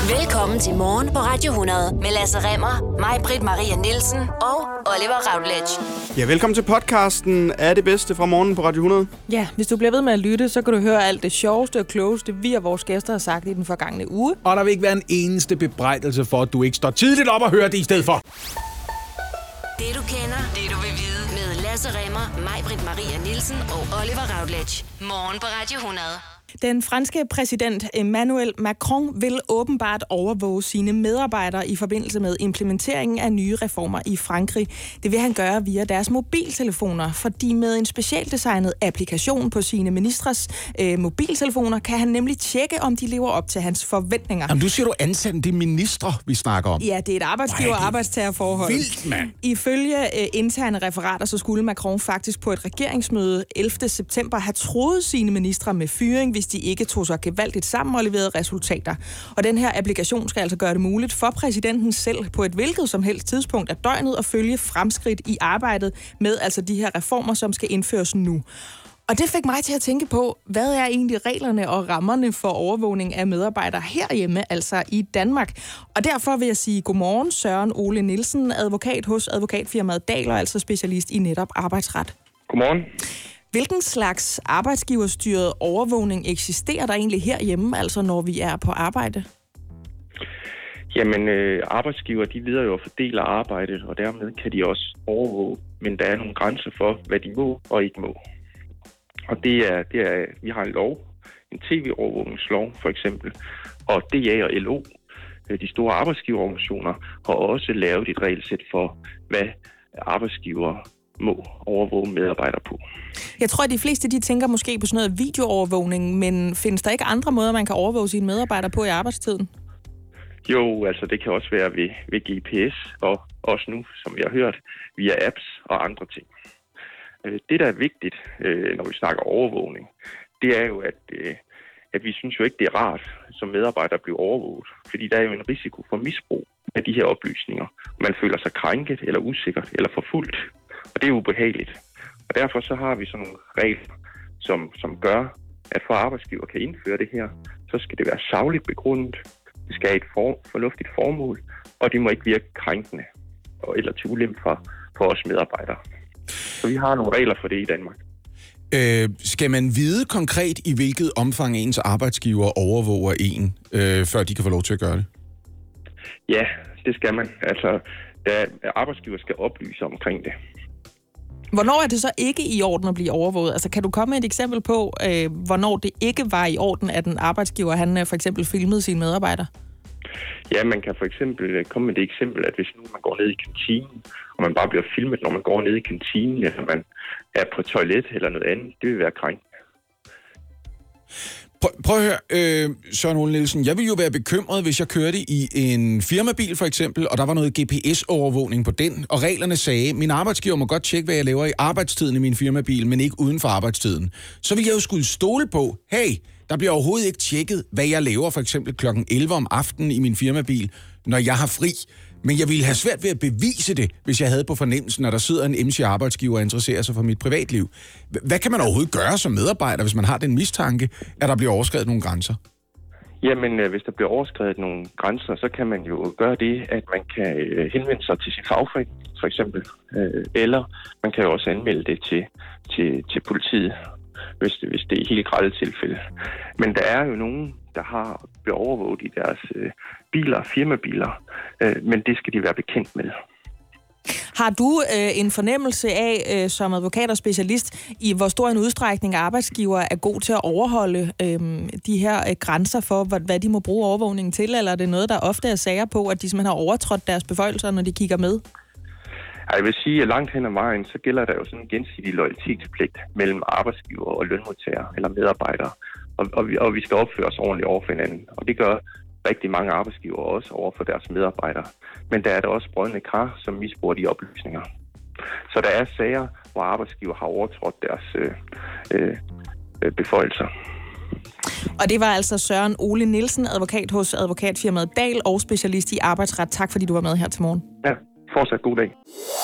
Velkommen til Morgen på Radio 100 med Lasse Remmer, mig, Britt Maria Nielsen og Oliver Routledge. Ja, velkommen til podcasten af det bedste fra Morgen på Radio 100. Ja, hvis du bliver ved med at lytte, så kan du høre alt det sjoveste og klogeste, vi og vores gæster har sagt i den forgangne uge. Og der vil ikke være en eneste bebrejdelse for, at du ikke står tidligt op og hører det i stedet for. Det du kender, det du vil vide med Lasse Remmer, mig, Britt Maria Nielsen og Oliver Routledge. Morgen på Radio 100. Den franske præsident Emmanuel Macron vil åbenbart overvåge sine medarbejdere i forbindelse med implementeringen af nye reformer i Frankrig. Det vil han gøre via deres mobiltelefoner, fordi med en specialdesignet applikation på sine ministres mobiltelefoner kan han nemlig tjekke, om de lever op til hans forventninger. Jamen, du siger, du ansætter de ministre, vi snakker om. Ja, det er et arbejdsgiver-arbejdstagerforhold. Vildt, mand. Ifølge interne referater, så skulle Macron faktisk på et regeringsmøde 11. september have troet sine ministre med fyring, hvis de ikke tog sig gevaldigt sammen og leverede resultater. Og den her applikation skal altså gøre det muligt for præsidenten selv på et hvilket som helst tidspunkt af døgnet at følge fremskridt i arbejdet med altså de her reformer, som skal indføres nu. Og det fik mig til at tænke på, hvad er egentlig reglerne og rammerne for overvågning af medarbejdere herhjemme, altså i Danmark. Og derfor vil jeg sige godmorgen, Søren Ole Nielsen, advokat hos advokatfirmaet Dahl og altså specialist i netop arbejdsret. Godmorgen. Hvilken slags arbejdsgiverstyret overvågning eksisterer der egentlig herhjemme, altså når vi er på arbejde? Jamen, arbejdsgiver, de leder jo og fordeler arbejdet, og dermed kan de også overvåge. Men der er nogle grænser for, hvad de må og ikke må. Og det er vi har en lov, en tv-overvågningslov for eksempel, og DA og LO, de store arbejdsgiverorganisationer, har også lavet et regelsæt for, hvad arbejdsgiver må overvåge medarbejdere på. Jeg tror, at de fleste de tænker måske på sådan noget videoovervågning, men findes der ikke andre måder, man kan overvåge sine medarbejdere på i arbejdstiden? Jo, altså det kan også være ved GPS, og også nu, som vi har hørt, via apps og andre ting. Det, der er vigtigt, når vi snakker overvågning, det er jo, at vi synes jo ikke, det er rart, som medarbejdere bliver overvåget. Fordi der er jo en risiko for misbrug af de her oplysninger. Man føler sig krænket, eller usikkert, eller forfulgt. Og det er ubehageligt. Og derfor så har vi sådan nogle regler, som gør, at for arbejdsgiver kan indføre det her, så skal det være sagligt begrundet. Det skal have et fornuftigt formål, og det må ikke virke krænkende eller til ulempe for os medarbejdere. Så vi har nogle regler for det i Danmark. Skal man vide konkret, i hvilket omfang ens arbejdsgiver overvåger en, før de kan få lov til at gøre det? Ja, det skal man. Altså, arbejdsgiver skal oplyse omkring det. Hvornår er det så ikke i orden at blive overvåget? Altså, kan du komme med et eksempel på, hvornår det ikke var i orden, at en arbejdsgiver, han for eksempel filmede sine medarbejdere? Ja, man kan for eksempel komme med det eksempel, at hvis nu man går ned i kantinen, og man bare bliver filmet, når man går ned i kantinen, eller man er på toilet eller noget andet, det vil være krænkende. Prøv at høre, Søren Ole Nielsen. Jeg ville jo være bekymret, hvis jeg kørte i en firmabil for eksempel, og der var noget GPS-overvågning på den, og reglerne sagde, min arbejdsgiver må godt tjekke, hvad jeg laver i arbejdstiden i min firmabil, men ikke uden for arbejdstiden. Så vil jeg jo skulle stole på, hey, der bliver overhovedet ikke tjekket, hvad jeg laver for eksempel klokken 11 om aftenen i min firmabil, når jeg har fri. Men jeg ville have svært ved at bevise det, hvis jeg havde på fornemmelsen, når der sidder en MC-arbejdsgiver og interesserer sig for mit privatliv. Hvad kan man overhovedet gøre som medarbejder, hvis man har den mistanke, at der bliver overskredet nogle grænser? Jamen, hvis der bliver overskredet nogle grænser, så kan man jo gøre det, at man kan henvende sig til sin fagforening, for eksempel. Eller man kan jo også anmelde det til politiet, hvis det er helt grelle tilfælde. Men der er jo nogen, der har blevet overvåget i deres biler, firmabiler, men det skal de være bekendt med. Har du en fornemmelse af, som advokat og specialist, i hvor stor en udstrækning arbejdsgiver er god til at overholde de her grænser for, hvad de må bruge overvågningen til, eller er det noget, der ofte er sager på, at de simpelthen har overtrådt deres beføjelser, når de kigger med? Jeg vil sige, at langt hen ad vejen, så gælder der jo sådan en gensidig loyalitetspligt mellem arbejdsgiver og lønmodtagere eller medarbejdere. Og vi skal opføre os ordentligt over for hinanden. Og det gør rigtig mange arbejdsgivere også over for deres medarbejdere. Men der er der også brodne kar, som misbruger de oplysninger. Så der er sager, hvor arbejdsgiver har overtrådt deres beføjelser. Og det var altså Søren Ole Nielsen, advokat hos advokatfirmaet Dahl og specialist i arbejdsret. Tak fordi du var med her til morgen. Ja, fortsat god dag.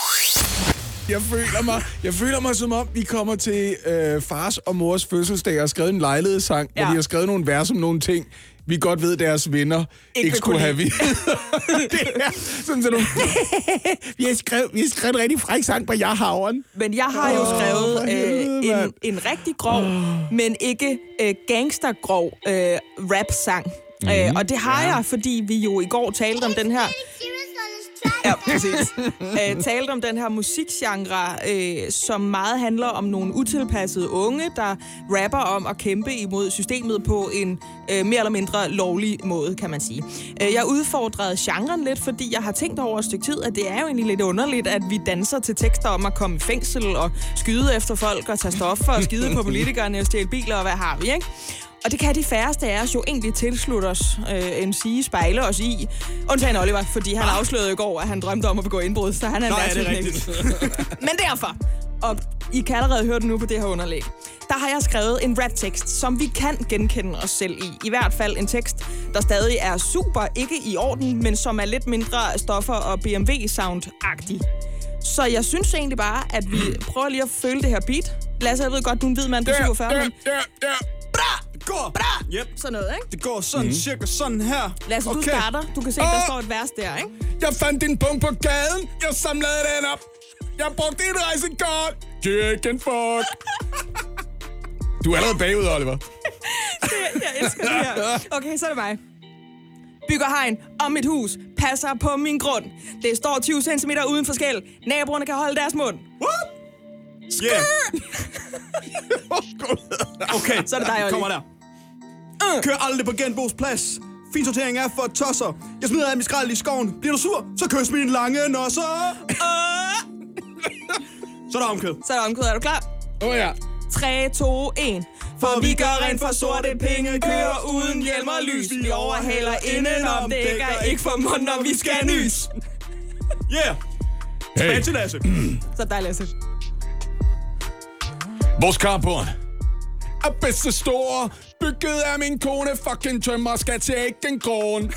Jeg føler mig som om, vi kommer til fars og mors fødselsdag og har skrevet en lejlighedssang, hvor vi har skrevet nogle vers om nogle ting. vi godt ved, deres venner ikke skulle have det er sådan nogle... vi har skrevet en rigtig fræk sang på Jeg-havren. Men jeg har jo skrevet en rigtig grov, men ikke gangstergrov rap-sang. Og det har jeg, fordi vi jo i går talte om den her... Ja, præcis. Talte om den her musikgenre, som meget handler om nogle utilpassede unge, der rapper om at kæmpe imod systemet på en mere eller mindre lovlig måde, kan man sige. Jeg udfordrede genren lidt, fordi jeg har tænkt over et stykke tid, at det er jo egentlig lidt underligt, at vi danser til tekster om at komme i fængsel og skyde efter folk og tage stoffer og skide på politikerne og stjæle biler og hvad har vi, ikke? Og det kan de færreste af os jo egentlig tilslutte os, spejle os i. Undtagen Oliver, fordi han afslørede i går, at han drømte om at begå indbrud, så han er en værtskning. Men derfor, og I kan allerede høre det nu på det her underlæg, der har jeg skrevet en rap-tekst, som vi kan genkende os selv i. I hvert fald en tekst, der stadig er super ikke i orden, men som er lidt mindre stoffer og BMW-sound-agtig. Så jeg synes egentlig bare, at vi prøver lige at føle det her beat. Lasse, jeg ved godt, du er en hvid mand, du er 47, men... Går. Yep. Sådan noget, ikke? Det går sådan, cirka sådan her. Lasse, du starter. Du kan se, der står et vers der, ikke? Jeg fandt din punkt på gaden. Jeg samlede den op. Jeg brugte et rejsekort. Chicken fuck. Du er allerede bagud, Oliver. Jeg elsker det her. Okay, så er det mig. Bygger hegn om mit hus. Passer på min grund. Det står 20 cm uden for skel. Naboerne kan holde deres mund. Yeah. Okay, så er det dig, Oliver. Kommer der. Kør aldrig på genbrugsplads. Fin sortering er for tosser. Jeg smider af mit skrald i skoven. Bliver du sur, så kys min lange nosser. Så er der omkød. Er du klar? Ja. 3, 2, 1. For vi gør rent for sorte penge. Kører uden hjelm og lys. Vi overhaler indenom. Dækker ikke for mund, når vi skal nys. Yeah. Tilbage til Lasse. Så dig, Lasse. Vores carport er bedste store. Bygget af min kone. Fucking tømmer skal til en kron.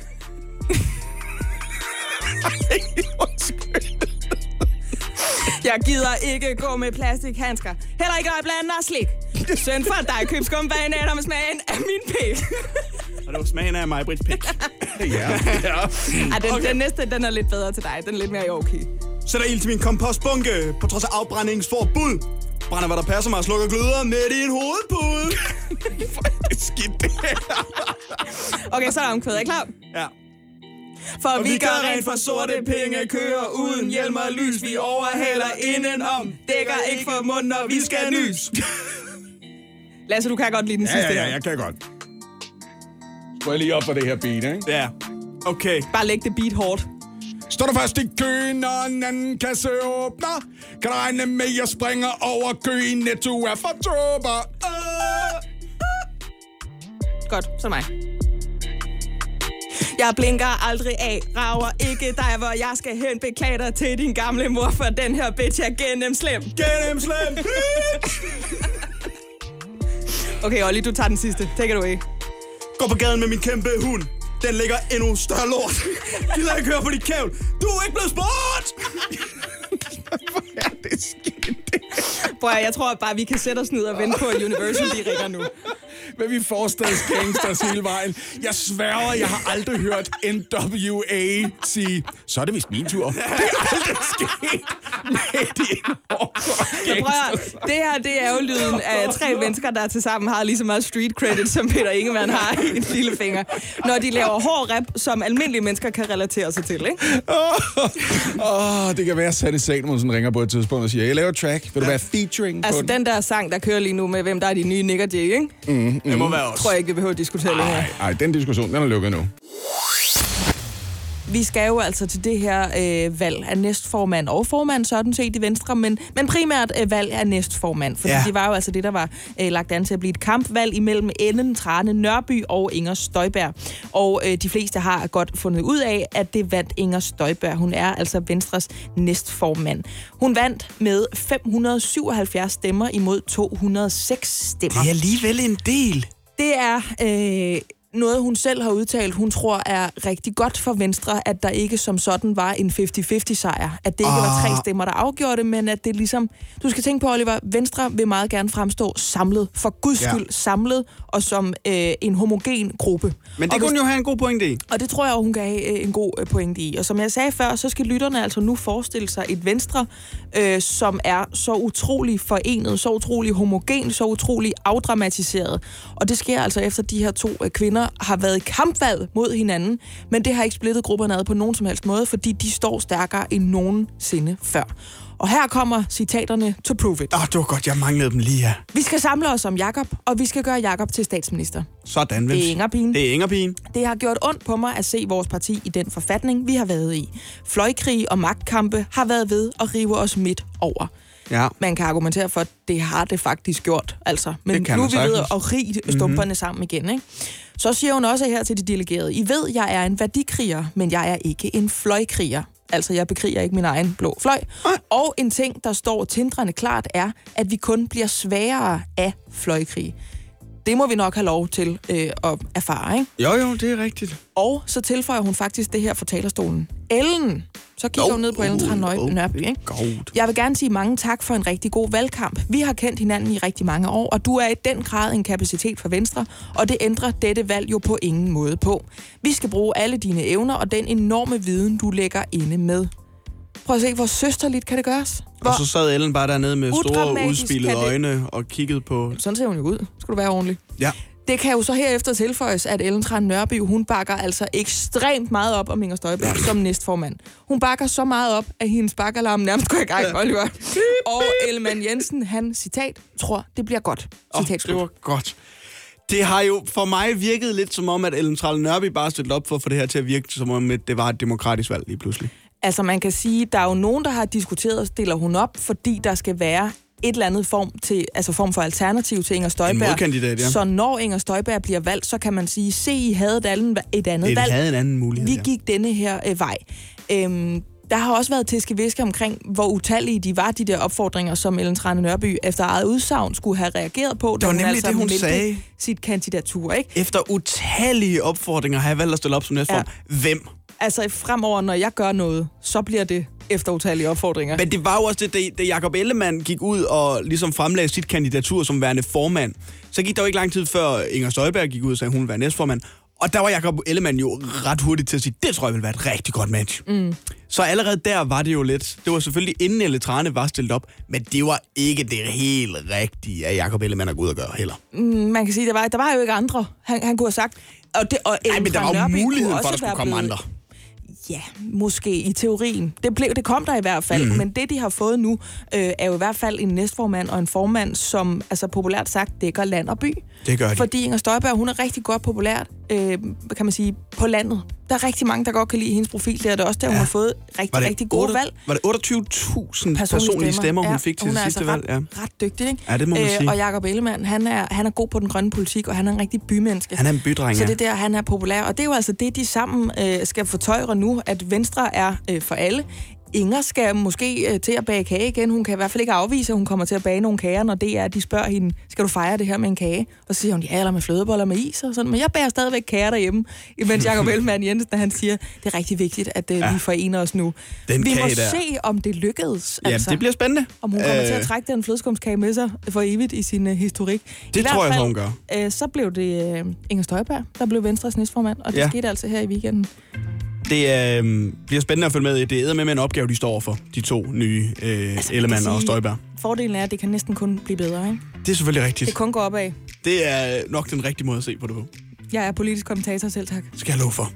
Jeg gider ikke gå med plastikhandsker. Heller ikke at blande og slik. Synd for dig, køb skumbananer med smagen af min pik. Og det var smagen af mig, Britt Pik. Ja. Den næste, den er lidt bedre til dig. Den er lidt mere okay. Sætter ild til min kompostbunke. På trods af afbrændingsforbud. Brænder, hvad der passer mig og slukker gløder med din hovedpude. Det er skidt, det her. Okay, så er der omkvæd. Er I klar? Ja. For vi gør rent for sorte penge, kører uden hjelm og lys. Vi overhaler indenom, dækker ikke for mund, når vi skal nys. Lasse, du kan godt lide den sidste. Ja, jeg kan godt. Prøv lige op for det her beat, ikke? Ja. Okay. Bare læg det beat hårdt. Står du fast i køen, når en anden kasse åbner? Kan du regne med, at jeg springer over køen? Netto er for tåber. Godt, så mig. Jeg blinker aldrig af, rager ikke dig, hvor jeg skal hen. Beklage dig til din gamle mor, for den her bitch er gennemslem. Gennemslem. Okay, Olli, du tager den sidste. Take it away. Går på gaden med min kæmpe hund. Den ligger endnu større lort. Gider ikke høre på dit kævl. Du er ikke blevet spurgt! Hvor er det skidt? Prøv at, jeg tror bare, vi kan sætte os ned og vente på, at Universal de ringer nu. Men vi forstads gangsters hele vejen. Jeg sværger, jeg har aldrig hørt NWA sige, så er det vist min tur. Det er aldrig sket med det her, det er jo lyden af 3 mennesker, der tilsammen har lige så meget street credit, som Peter Ingemann har i en lille finger. Når de laver hård rap, som almindelige mennesker kan relatere sig til, ikke? Det kan være, at Sanne Salmonsen ringer på et tidspunkt og siger, jeg laver et track. Vil du være featuring på den der sang, der kører lige nu med, hvem der er de nye Nick og Jay, ikke? Det må være også. Tror jeg ikke, vi behøver at diskutere længere. Nej, den diskussion, den er lukket nu. Vi skal jo altså til det her valg af næstformand og formand, sådan set i Venstre, men primært valg af næstformand, fordi det var jo altså det, der var lagt an til at blive et kampvalg imellem Ellen Trane Nørby og Inger Støjberg. Og de fleste har godt fundet ud af, at det vandt Inger Støjberg. Hun er altså Venstres næstformand. Hun vandt med 577 stemmer imod 206 stemmer. Det er alligevel en del. Det er noget, hun selv har udtalt, hun tror er rigtig godt for Venstre, at der ikke som sådan var en 50-50 sejr. At det ikke var 3 stemmer, der afgjorde det, men at det ligesom... Du skal tænke på, Oliver, Venstre vil meget gerne fremstå samlet. For guds skyld samlet og som en homogen gruppe. Men det kunne hun jo have en god pointe i. Og det tror jeg, hun kan have en god pointe i. Og som jeg sagde før, så skal lytterne altså nu forestille sig et Venstre, som er så utrolig forenet, så utrolig homogen, så utrolig afdramatiseret. Og det sker altså efter de her 2 kvinder har været i kampvalg mod hinanden, men det har ikke splittet grupperne ad på nogen som helst måde, fordi de står stærkere end nogensinde før. Og her kommer citaterne to prove it. Det var godt, jeg manglede dem lige her. Vi skal samle os om Jakob, og vi skal gøre Jakob til statsminister. Sådan, vel? Det er Ingerpigen. Det er Ingerpigen. Det har gjort ondt på mig at se vores parti i den forfatning, vi har været i. Fløjkrig og magtkampe har været ved at rive os midt over. Ja. Man kan argumentere for, at det har det faktisk gjort, altså. Men nu er vi ved at rige stumperne sammen igen, ikke? Så siger hun også her til de delegerede, I ved, jeg er en værdikriger, men jeg er ikke en fløjkriger. Altså, jeg bekriger ikke min egen blå fløj. Og en ting, der står tindrende klart, er, at vi kun bliver sværere af fløjkrig. Det må vi nok have lov til at erfare, ikke? Jo, det er rigtigt. Og så tilføjer hun faktisk det her fra talerstolen. Ellen, så kigger hun ned på Ellen Trane Nørby, ikke? Jeg vil gerne sige mange tak for en rigtig god valgkamp. Vi har kendt hinanden i rigtig mange år, og du er i den grad en kapacitet for Venstre, og det ændrer dette valg jo på ingen måde på. Vi skal bruge alle dine evner og den enorme viden, du lægger inde med. Prøv at se, hvor søsterligt kan det gøres? Og så sad Ellen bare dernede med store udspillede øjne og kiggede på... Sådan ser hun jo ud. Skal du være ordentlig? Ja. Det kan jo så herefter tilføjes, at Ellen Trane Nørby, hun bakker altså ekstremt meget op om Inger Støjberg som næstformand. Hun bakker så meget op, at hendes bakalarm nærmest går i gang, Oliver. Og Ellemann Jensen, han, citat, tror, det bliver godt. Citat, det var godt. Det har jo for mig virket lidt som om, at Ellen Trane Nørby bare stillede op for at få det her til at virke, som om at det var et demokratisk valg lige pludselig. Altså man kan sige, der er jo nogen, der har diskuteret, stiller hun op, fordi der skal være et eller andet form for alternativ til Inger Støjberg. En modkandidat, ja. Så når Inger Støjberg bliver valgt, så kan man sige, se, I havde et andet valg. Havde en anden mulighed, Vi gik denne her vej. Der har også været tæskeviske omkring, hvor utallige de var, de der opfordringer, som Ellen Trane Nørby efter eget udsagn skulle have reageret på. Det var nemlig det, hun sagde. Sit kandidatur, ikke? Efter utallige opfordringer har jeg valgt at stille op som næstformand. Ja. Hvem? Altså fremover, når jeg gør noget, så bliver det efter utallige opfordringer. Men det var jo også det Jakob Ellemann gik ud og ligesom fremlagde sit kandidatur som værende formand. Så gik der jo ikke lang tid før Inger Støjberg gik ud og sagde, at hun ville være næstformand. Og der var Jakob Ellemann jo ret hurtigt til at sige, det tror jeg ville være et rigtig godt match. Så allerede der var det jo lidt. Det var selvfølgelig inden Ellen Trane var stillet op, men det var ikke det helt rigtige, at Jakob Ellemann er gået ud og gøre heller. Man kan sige, der var jo ikke andre, han kunne have sagt. Og men der var jo muligheden for, at der skulle komme andre. Ja, måske i teorien. Det kom der i hvert fald, men det, de har fået nu, er jo i hvert fald en næstformand og en formand, som altså populært sagt dækker land og by. Det gør de. Fordi Inger Støjberg, hun er rigtig godt populært, kan man sige, på landet. Der er rigtig mange, der godt kan lide hendes profil. Det er det også der, hun har fået rigtig gode valg. Var det 28.000 personlige stemmer, hun fik til det sidste valg? Ja, ret dygtig, ikke? Ja, det må man sige. Og Jakob Ellemann, han er god på den grønne politik, og han er en rigtig bymenneske. Han er en bydreng, så det der, han er populær. Og det er jo altså det, de sammen skal fortøjre nu, at Venstre er for alle. Inger skal måske til at bage kage igen. Hun kan i hvert fald ikke afvise, at hun kommer til at bage nogle kager, når det er, at de spørger hende, skal du fejre det her med en kage? Og så siger hun, ja, eller med flødeboller med is og sådan. Men jeg bager stadigvæk kager derhjemme, imens Jakob Ellemann Jensen, han siger, det er rigtig vigtigt, at vi forener os nu. Vi må se, om det lykkedes. Ja, det bliver spændende. Om hun kommer til at trække den flødeskumskage med sig for evigt i sin historik. Det tror jeg, hun gør. Så blev det Inger Støjberg, der blev Venstres næstformand, og det skete altså her i weekenden. Det bliver spændende at følge med i. Det er med en opgave, de står for, de 2 nye Ellemann og Støjberg. Fordelen er, at det kan næsten kun blive bedre, ikke? Det er selvfølgelig rigtigt. Det kun går opad. Det er nok den rigtige måde at se på det på. Jeg er politisk kommentator selv, tak. Skal jeg love for.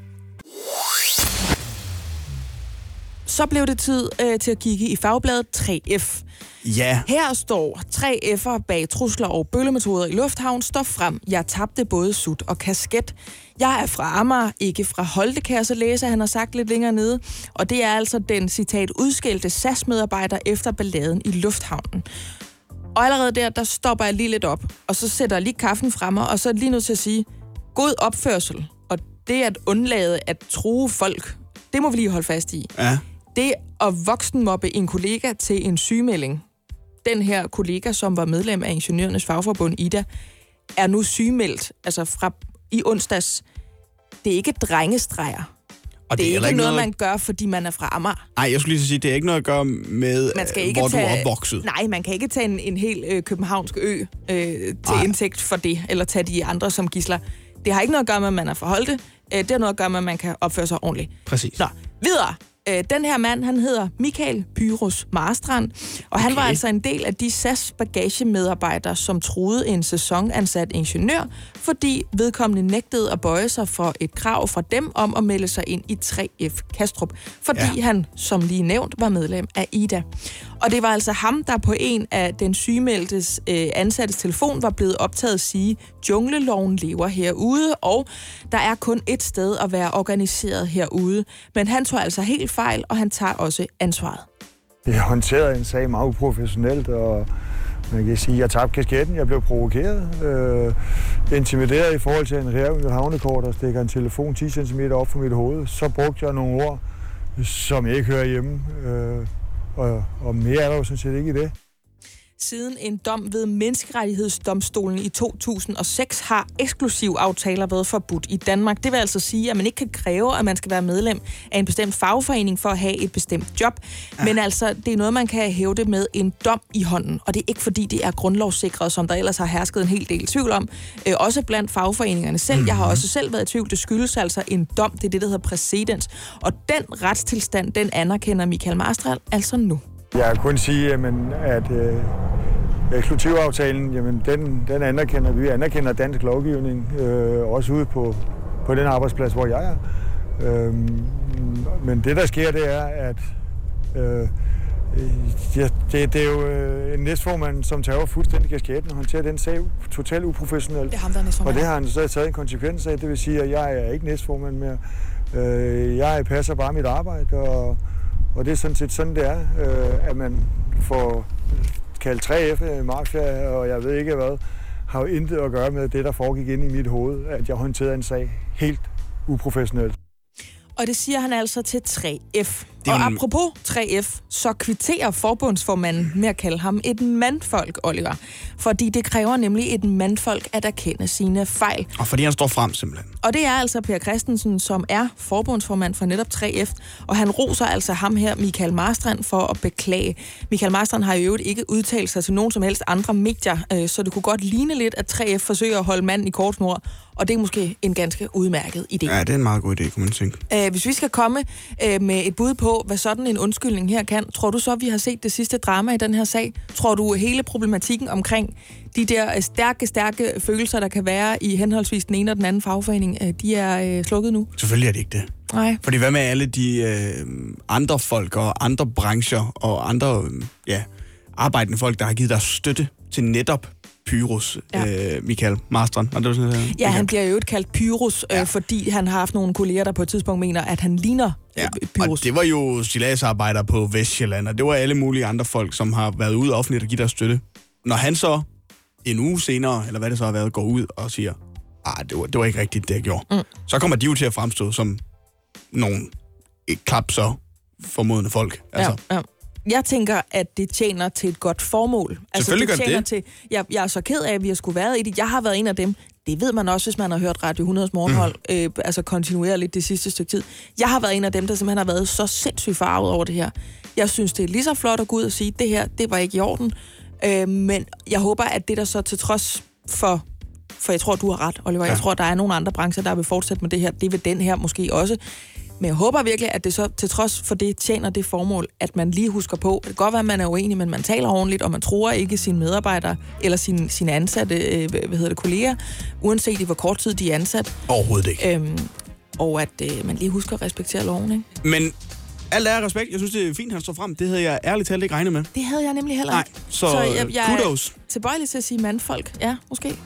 Så blev det tid til at kigge i fagbladet 3F. Ja. Her står 3F'er bag trusler og bøllemetoder i lufthavn står frem. Jeg tabte både sut og kasket. Jeg er fra Amager, ikke fra Holte, kan jeg så læse, han har sagt lidt længere nede. Og det er altså den, citat, udskældte SAS-medarbejder efter balladen i lufthavnen. Og allerede der stopper jeg lige lidt op, og så sætter jeg lige kaffen fremme, og så er jeg lige nødt til at sige, god opførsel, og det at undlade at true folk, det må vi lige holde fast i. Ja. Det at voksenmobbe en kollega til en sygemelding, den her kollega, som var medlem af Ingeniørernes Fagforbund, Ida, er nu sygemeldt, altså fra i onsdags, det er ikke drengestreger. Og det er ikke noget, man gør, fordi man er fra Amager. Nej, jeg skulle lige sige, det er ikke noget at gøre med, hvor du er opvokset. Nej, man kan ikke tage en hel københavnsk ø til indtægt for det, eller tage de andre som gidsler. Det har ikke noget at gøre med, at man er fra Holte. Det har noget at gøre med, at man kan opføre sig ordentligt. Præcis. Nå, videre. Den her mand, han hedder Michael Pyrus Marstrand, og han var altså en del af de SAS bagagemedarbejdere, som troede en sæsonansat ingeniør, fordi vedkommende nægtede at bøje sig for et krav fra dem om at melde sig ind i 3F Kastrup, fordi han, som lige nævnt, var medlem af IDA. Og det var altså ham, der på en af den sygemeldtes ansattes telefon var blevet optaget at sige, jungleloven lever herude, og der er kun et sted at være organiseret herude. Men han tog altså helt fejl, og han tager også ansvaret. Jeg håndterede en sag meget uprofessionelt, og man kan sige, at jeg tabte kasketten. Jeg blev provokeret, intimideret i forhold til en ræv med havnekort, der stikker en telefon 10 cm op for mit hoved. Så brugte jeg nogle ord, som jeg ikke hører hjemme, og mere er der jo sådan set ikke i det. Siden en dom ved Menneskerettighedsdomstolen i 2006 har eksklusiv aftaler været forbudt i Danmark. Det vil altså sige, at man ikke kan kræve, at man skal være medlem af en bestemt fagforening for at have et bestemt job. Men altså, det er noget, man kan hævde med en dom i hånden. Og det er ikke fordi, det er grundlovssikret, som der ellers har hersket en hel del tvivl om. Også blandt fagforeningerne selv. Jeg har også selv været i tvivl. Det skyldes altså en dom. Det er det, der hedder præcedens. Og den retstilstand, den anerkender Michael Marstrand altså nu. Jeg kan kun sige, at eksklusivaftalen, den anerkender vi. anerkender dansk lovgivning, også ude på den arbejdsplads, hvor jeg er. Men det, der sker, det er, at det er jo en næstformand, som tager fuldstændig kasketten og håndterer den sag totalt uprofessionelt. Det er ham, der er næstformand. Og det har han så taget en konsekvens af. Det vil sige, at jeg er ikke næstformand mere. Jeg passer bare mit arbejde, og det er sådan set sådan, det er, at man får kaldt 3F, mafia, og jeg ved ikke hvad, har jo intet at gøre med det, der foregik inde i mit hoved, at jeg håndterede en sag helt uprofessionelt. Og det siger han altså til 3F. Og apropos 3F, så kvitterer forbundsformanden med at kalde ham et mandfolk, Oliver. Fordi det kræver nemlig et mandfolk at erkende sine fejl. Og fordi han står frem simpelthen. Og det er altså Per Christensen, som er forbundsformand for netop 3F. Og han roser altså ham her, Michael Marstrand, for at beklage. Michael Marstrand har i øvrigt ikke udtalt sig til nogen som helst andre medier, så det kunne godt ligne lidt, at 3F forsøger at holde manden i kort snor. Og det er måske en ganske udmærket idé. Ja, det er en meget god idé, kunne man tænke. Hvis vi skal komme med et bud på, hvad sådan en undskyldning her kan, tror du så, vi har set det sidste drama i den her sag? Tror du hele problematikken omkring de der stærke følelser, der kan være i henholdsvis den ene og den anden fagforening, de er slukket nu? Selvfølgelig er det ikke det. Nej. Fordi hvad med alle de andre folk og andre brancher og andre arbejdende folk, der har givet deres støtte til netop Pyrus, Michael Marstrand. Ja, han bliver jo kaldt Pyrus, fordi han har haft nogle kolleger, der på et tidspunkt mener, at han ligner Pyrus. Og det var jo stilladsarbejdere på Vestsjælland, og det var alle mulige andre folk, som har været ude offentligt og givet deres støtte. Når han så en uge senere, eller hvad det så har været, går ud og siger, det var ikke rigtigt, det jeg gjorde, så kommer de jo til at fremstå som nogle klap så formodende folk. Altså. Ja. Jeg tænker, at det tjener til et godt formål. Selvfølgelig det gør det. Jeg er så ked af, at vi har skulle været i det. Jeg har været en af dem. Det ved man også, hvis man har hørt Radio 100's morgenhold, kontinuerligt det sidste stykke tid. Jeg har været en af dem, der simpelthen har været så sindssygt farvet over det her. Jeg synes, det er lige så flot at gå ud og sige, det her, det var ikke i orden. Men jeg håber, at det der så til trods for jeg tror, du har ret, Oliver. Jeg tror, der er nogle andre brancher, der vil fortsætte med det her. Det vil den her måske også. Men jeg håber virkelig, at det så til trods for det tjener det formål, at man lige husker på, det kan godt være, at man er uenig, men man taler ordentligt, og man tror ikke sine medarbejdere eller sine ansatte, kolleger, uanset i hvor kort tid de er ansat. Overhovedet ikke. Og at man lige husker at respektere loven, ikke? Men alt er respekt. Jeg synes, det er fint, han står frem. Det havde jeg ærligt talt ikke regnet med. Det havde jeg nemlig heller ikke. Nej, så jeg kudos. Er tilbøjelig til at sige mandfolk. Ja, måske.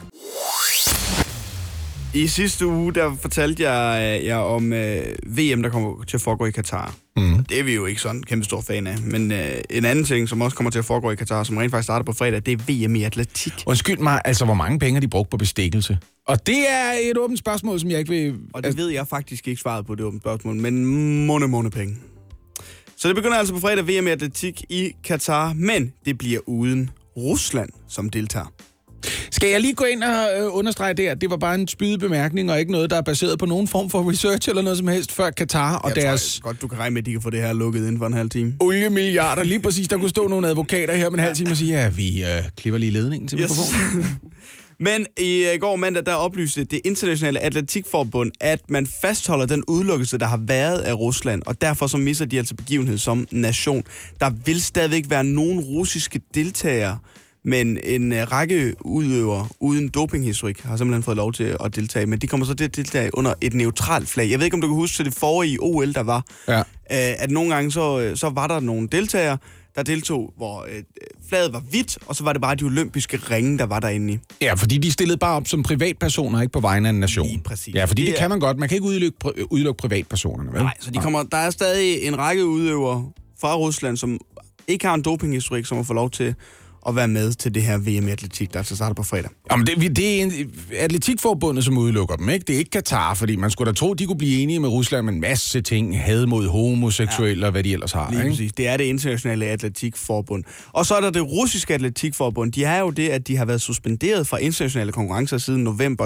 I sidste uge, der fortalte jeg jer om VM, der kommer til at foregå i Katar. Det er vi jo ikke sådan kæmpe stor fan af. Men en anden ting, som også kommer til at foregå i Katar, som rent faktisk starter på fredag, det er VM i atletik. Undskyld mig, altså hvor mange penge har de brugt på bestikkelse? Og det er et åbent spørgsmål, som jeg ikke vil... Og det ved jeg faktisk ikke svaret på, det åbent spørgsmål, men måne penge. Så det begynder altså på fredag VM i atletik i Katar, men det bliver uden Rusland som deltager. Skal jeg lige gå ind og understrege det, at det var bare en spydebemærkning, og ikke noget, der er baseret på nogen form for research eller noget som helst, før Katar og deres... Godt, du kan regne med, at de kan få det her lukket inden for en halv time. Oliemilliarder, lige præcis. Der kunne stå nogle advokater her med en halv time og sige, ja, vi klipper lige ledningen til mikrofonen. Men i går mandag, der oplyste det internationale atletikforbund, at man fastholder den udelukkelse, der har været af Rusland, og derfor så misser de altså begivenhed som nation. Der vil stadigvæk være nogen russiske deltagere, men en række udøvere uden dopinghistorik har simpelthen fået lov til at deltage, men de kommer så til at deltage under et neutralt flag. Jeg ved ikke, om du kan huske til det forrige OL, der var, at nogle gange så var der nogle deltagere, der deltog, hvor flaget var hvidt, og så var det bare de olympiske ringe, der var derinde i. Ja, fordi de stillede bare op som privatpersoner, ikke på vegne af en nation. Lige præcis. Ja, fordi det kan man godt. Man kan ikke udelukke privatpersonerne, vel? Nej, så der er stadig en række udøvere fra Rusland, som ikke har en dopinghistorik, som har fået lov til at være med til det her VM i atletik, der altså starter på fredag. Jamen, det er atletikforbundet, som udelukker dem, ikke? Det er ikke Katar, fordi man skulle da tro, de kunne blive enige med Rusland med en masse ting, had mod homoseksuelle og hvad de ellers har. Lige ikke? præcis. Det er det internationale atletikforbund. Og så er der det russiske atletikforbund. De er jo det, at de har været suspenderet fra internationale konkurrencer siden november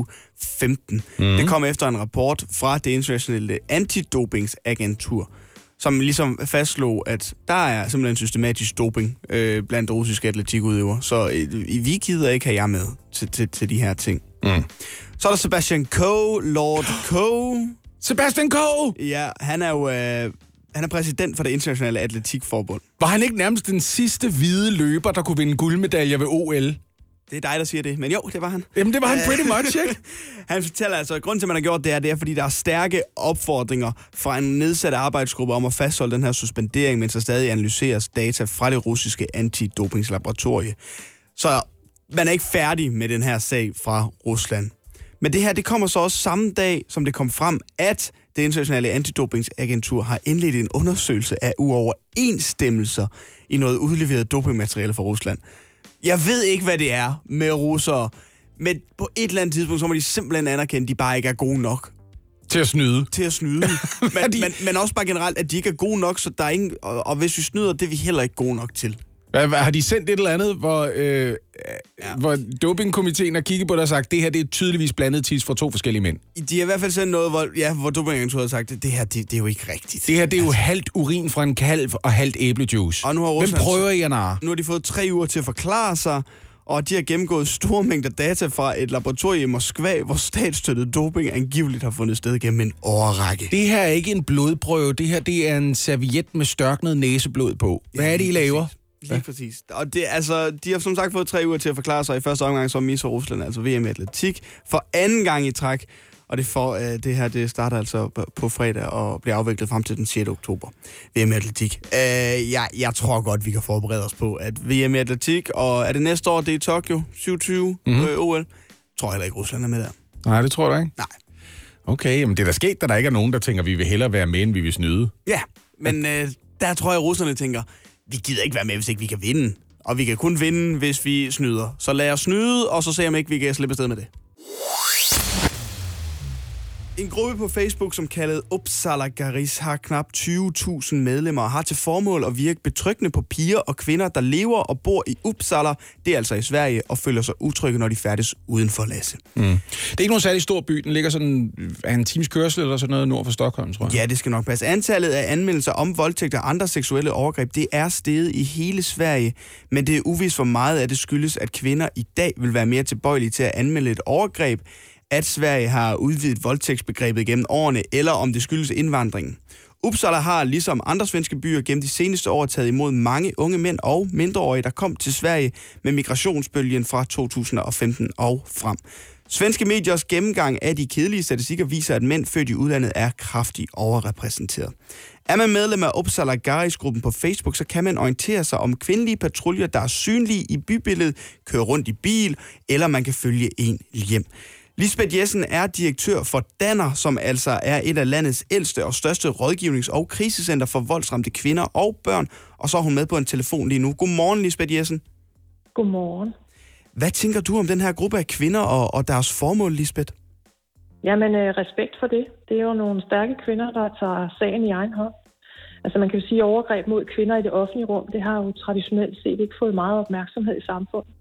2015. Det kom efter en rapport fra det internationale antidopingsagentur, som ligesom fastslog, at der er simpelthen systematisk doping blandt russiske atletikudøvere. Så vi gider ikke have jer med til de her ting. Så er der Sebastian Coe, Lord Coe. Sebastian Coe! Ja, han er jo han er præsident for det internationale atletikforbund. Var han ikke nærmest den sidste hvide løber, der kunne vinde guldmedaljer ved OL? Det er dig, der siger det. Men jo, det var han. Jamen, det var han pretty much, ikke? Han fortæller altså, at grunden til, at man har gjort det er, fordi der er stærke opfordringer fra en nedsat arbejdsgruppe om at fastholde den her suspendering, mens der stadig analyseres data fra det russiske antidopingslaboratorie. Så man er ikke færdig med den her sag fra Rusland. Men det her, det kommer så også samme dag, som det kom frem, at det internationale antidopingsagentur har indledt en undersøgelse af uoverensstemmelser i noget udleveret dopingmateriale fra Rusland. Jeg ved ikke, hvad det er med russere, men på et eller andet tidspunkt, så må de simpelthen anerkende, at de bare ikke er gode nok. Til at snyde. men også bare generelt, at de ikke er gode nok, så der er ingen... Og hvis vi snyder, det er vi heller ikke gode nok til. Har de sendt et eller andet, hvor dopingkomiteen har kigget på det og sagt, det her det er tydeligvis blandet tis fra to forskellige mænd? De har i hvert fald sendt noget, hvor dopingagenturet har sagt, det her det er jo ikke rigtigt. Det her det er jo halvt urin fra en kalv og halvt æblejuice. Og nu har Rusland, hvem prøver I at narre? Nu har de fået 3 uger til at forklare sig, og de har gennemgået store mængder data fra et laboratorium i Moskva, hvor statsstøttet doping angiveligt har fundet sted gennem en årrække. Det her er ikke en blodprøve, det her det er en serviet med størknet næseblod på. Hvad er det, I laver? Lige præcis. Og det, altså, de har som sagt fået 3 uger til at forklare sig. I første omgang så misser Rusland altså VM i atletik for anden gang i træk. Og det her det starter altså på fredag og bliver afviklet frem til den 6. oktober. VM i atletik. Jeg tror godt, vi kan forberede os på, at VM i atletik, og er det næste år, det er i Tokyo, 27 OL, tror jeg heller ikke, Rusland er med der. Nej, det tror jeg ikke. Nej. Okay, men det er da sket, da der ikke er nogen, der tænker, vi vil hellere være med, end vi vil snyde. Ja, men der tror jeg, at russerne tænker, vi gider ikke være med, hvis ikke vi kan vinde. Og vi kan kun vinde, hvis vi snyder. Så lad os snyde, og så ser vi ikke, vi kan slippe afsted med det. En gruppe på Facebook, som kaldet Uppsala Garis, har knap 20.000 medlemmer og har til formål at virke betryggende på piger og kvinder, der lever og bor i Uppsala, det er altså i Sverige, og føler sig utrygge, når de færdes uden for Lasse. Det er ikke nogen særlig stor by. Den ligger sådan en times kørsel eller sådan noget nord for Stockholm, tror jeg. Ja, det skal nok passe. Antallet af anmeldelser om voldtægt og andre seksuelle overgreb, det er steget i hele Sverige, men det er uvist, hvor meget af det skyldes, at kvinder i dag vil være mere tilbøjelige til at anmelde et overgreb, at Sverige har udvidet voldtægtsbegrebet gennem årene, eller om det skyldes indvandringen. Uppsala har, ligesom andre svenske byer, gennem de seneste år taget imod mange unge mænd og mindreårige, der kom til Sverige med migrationsbølgen fra 2015 og frem. Svenske mediers gennemgang af de kedelige statistikker viser, at mænd født i udlandet er kraftigt overrepræsenteret. Er man medlem af Uppsala Garis-gruppen på Facebook, så kan man orientere sig om kvindelige patruljer, der er synlige i bybilledet, køre rundt i bil, eller man kan følge en hjem. Lisbeth Jessen er direktør for Danner, som altså er et af landets ældste og største rådgivnings- og krisecenter for voldsramte kvinder og børn. Og så er hun med på en telefon lige nu. Godmorgen, Lisbeth Jessen. Godmorgen. Hvad tænker du om den her gruppe af kvinder og deres formål, Lisbeth? Jamen, respekt for det. Det er jo nogle stærke kvinder, der tager sagen i egen hånd. Altså man kan jo sige, at overgreb mod kvinder i det offentlige rum, det har jo traditionelt set ikke fået meget opmærksomhed i samfundet.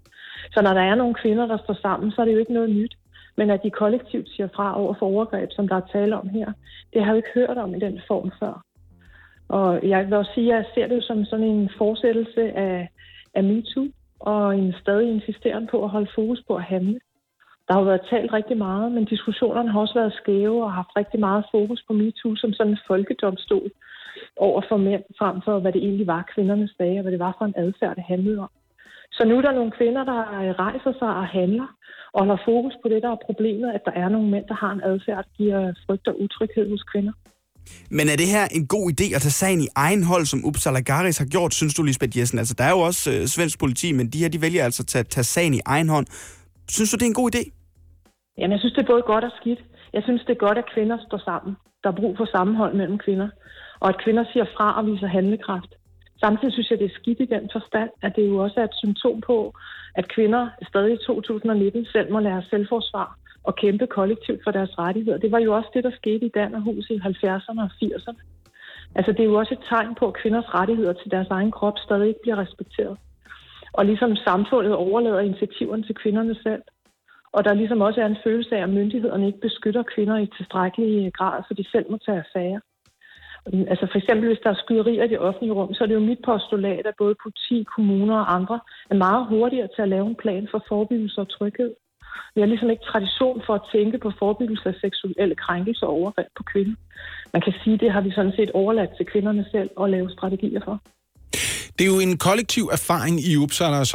Så når der er nogle kvinder, der står sammen, så er det jo ikke noget nyt. Men at de kollektivt siger fra over for overgreb, som der er tale om her, det har jeg jo ikke hørt om i den form før. Og jeg vil også sige, at jeg ser det jo som sådan en fortsættelse af MeToo, og en stadig insisteren på at holde fokus på at handle. Der har jo været talt rigtig meget, men diskussionerne har også været skæve og haft rigtig meget fokus på MeToo som sådan en folkedomstol over for mænd, frem for hvad det egentlig var kvindernes dage, og hvad det var for en adfærd, det handlede om. Så nu er der nogle kvinder, der rejser sig og handler, og holder fokus på det, der er problemet, at der er nogle mænd, der har en adfærd, der giver frygt og utryghed hos kvinder. Men er det her en god idé at tage sagen i egen hold, som Uppsala Garis har gjort, synes du, Lisbeth Jessen? Altså, der er jo også svensk politi, men de vælger altså at tage sagen i egen hånd. Synes du, det er en god idé? Jamen, jeg synes, det er både godt og skidt. Jeg synes, det er godt, at kvinder står sammen. Der er brug for sammenhold mellem kvinder. Og at kvinder siger fra og viser handlekraft. Samtidig synes jeg, det er skidt i den forstand, at det jo også er et symptom på, at kvinder stadig i 2019 selv må lære selvforsvar og kæmpe kollektivt for deres rettigheder. Det var jo også det, der skete i Dannerhus i 70'erne og 80'erne. Altså, det er jo også et tegn på, at kvinders rettigheder til deres egen krop stadig ikke bliver respekteret. Og ligesom samfundet overlader initiativerne til kvinderne selv. Og der ligesom også er en følelse af, at myndighederne ikke beskytter kvinder i tilstrækkelig grad, så de selv må tage affære. Altså for eksempel, hvis der er skyderier i det offentlige rum, så er det jo mit postulat, at både politi, kommuner og andre er meget hurtigere til at lave en plan for forebyggelse og tryghed. Vi har ligesom ikke tradition for at tænke på forebyggelse af seksuelle krænkelser og overgreb på kvinder. Man kan sige, det har vi sådan set overladt til kvinderne selv at lave strategier for. Det er jo en kollektiv erfaring i Uppsala,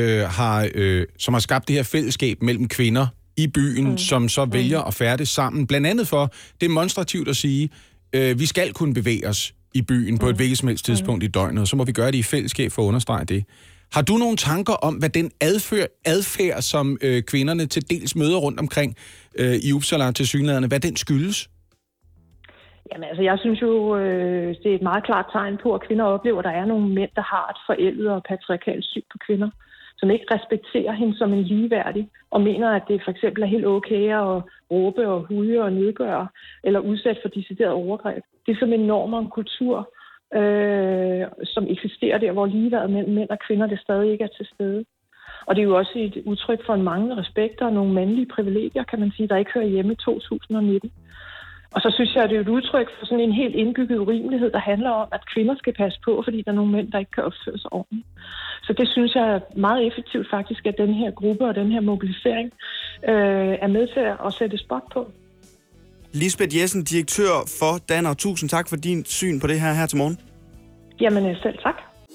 som har skabt det her fællesskab mellem kvinder i byen, som så vælger at færdes sammen. Blandt andet for demonstrativt at sige, vi skal kunne bevæge os i byen på et hvilket som helst tidspunkt i døgnet, så må vi gøre det i fællesskab for at understrege det. Har du nogle tanker om, hvad den adfærd som kvinderne til dels møder rundt omkring i Uppsala tilsyneladende, hvad den skyldes? Jamen altså, jeg synes jo, det er et meget klart tegn på, at kvinder oplever, at der er nogle mænd, der har et forældet og patriarkalt syn på kvinder, som ikke respekterer hende som en ligeværdig, og mener, at det for eksempel er helt okay at råbe og hude og nedgøre, eller udsætte for decideret overgreb. Det er som en norm og en kultur, som eksisterer der, hvor ligeværdet mellem mænd og kvinder det stadig ikke er til stede. Og det er jo også et udtryk for en manglende respekt og nogle mandlige privilegier, kan man sige, der ikke hører hjemme i 2019. Og så synes jeg, at det er et udtryk for sådan en helt indbygget urimelighed, der handler om, at kvinder skal passe på, fordi der er nogle mænd, der ikke kan opføre sig ordentligt. Så det synes jeg er meget effektivt faktisk, at den her gruppe og den her mobilisering er med til at sætte spot på. Lisbeth Jessen, direktør for Danner. Tusind tak for din syn på det her til morgen. Jamen selv tak.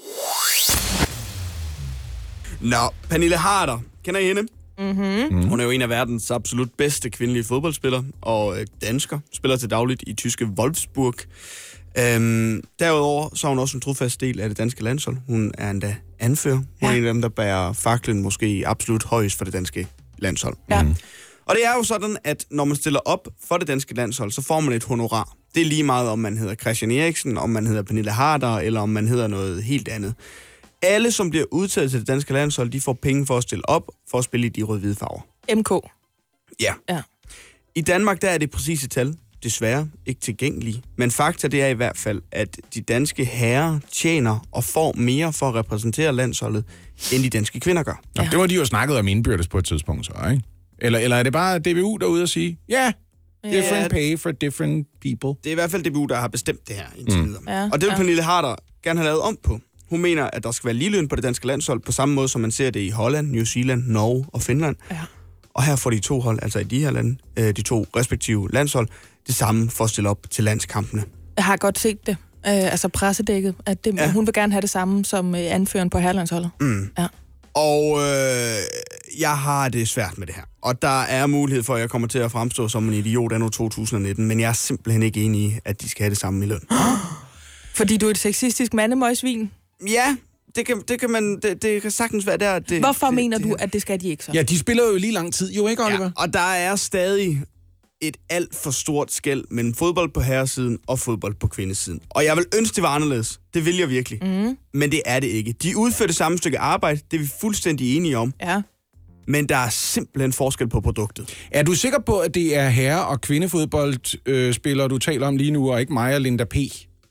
Nå, Pernille Harder. Kender I hende? Mm-hmm. Hun er jo en af verdens absolut bedste kvindelige fodboldspillere, og dansker. Spiller til dagligt i tyske Wolfsburg. Derudover så er hun også en trofast del af det danske landshold. Hun er endda anfører. Hun er en af dem, der bærer faklen måske absolut højst for det danske landshold. Ja. Og det er jo sådan, at når man stiller op for det danske landshold, så får man et honorar. Det er lige meget, om man hedder Christian Eriksen, om man hedder Pernille Harder, eller om man hedder noget helt andet. Alle, som bliver udtaget til det danske landshold, de får penge for at stille op, for at spille i de rød-hvide farver. MK. Ja. I Danmark, der er det præcise tal desværre ikke tilgængelige. Men fakta, det er i hvert fald, at de danske herrer tjener og får mere for at repræsentere landsholdet, end de danske kvinder gør. Ja. Det var de jo snakket om indbyrdes på et tidspunkt, så, ikke? Eller er det bare DBU derude at sige, different pay for different people? Det er i hvert fald DBU, der har bestemt det her indtil videre. Ja. Og det vil Pernille Harder gerne have lavet om på. Hun mener, at der skal være ligeløn på det danske landshold, på samme måde som man ser det i Holland, New Zealand, Norge og Finland. Ja. Og her får de to hold, altså i de her lande, de to respektive landshold, det samme for at stille op til landskampene. Jeg har godt set det, altså pressedækket, at det, hun vil gerne have det samme som anføreren på herrelandsholdet. Ja. Og jeg har det svært med det her. Og der er mulighed for, at jeg kommer til at fremstå som en idiot anno 2019, men jeg er simpelthen ikke enig i, at de skal have det samme i løn. Fordi du er et sexistisk mandemøgsvin? Ja, det kan sagtens være der. Hvorfor mener du, at det skal de ikke så? Ja, de spiller jo lige lang tid, jo ikke, Oliver? Ja, og der er stadig et alt for stort skel mellem fodbold på herresiden og fodbold på kvindesiden. Og jeg vil ønske, det var anderledes. Det vil jeg virkelig. Men det er det ikke. De udfører det samme stykke arbejde, det er vi fuldstændig enige om. Ja. Men der er simpelthen forskel på produktet. Er du sikker på, at det er herre- og kvindefodboldspillere, du taler om lige nu, og ikke mig og Linda P.?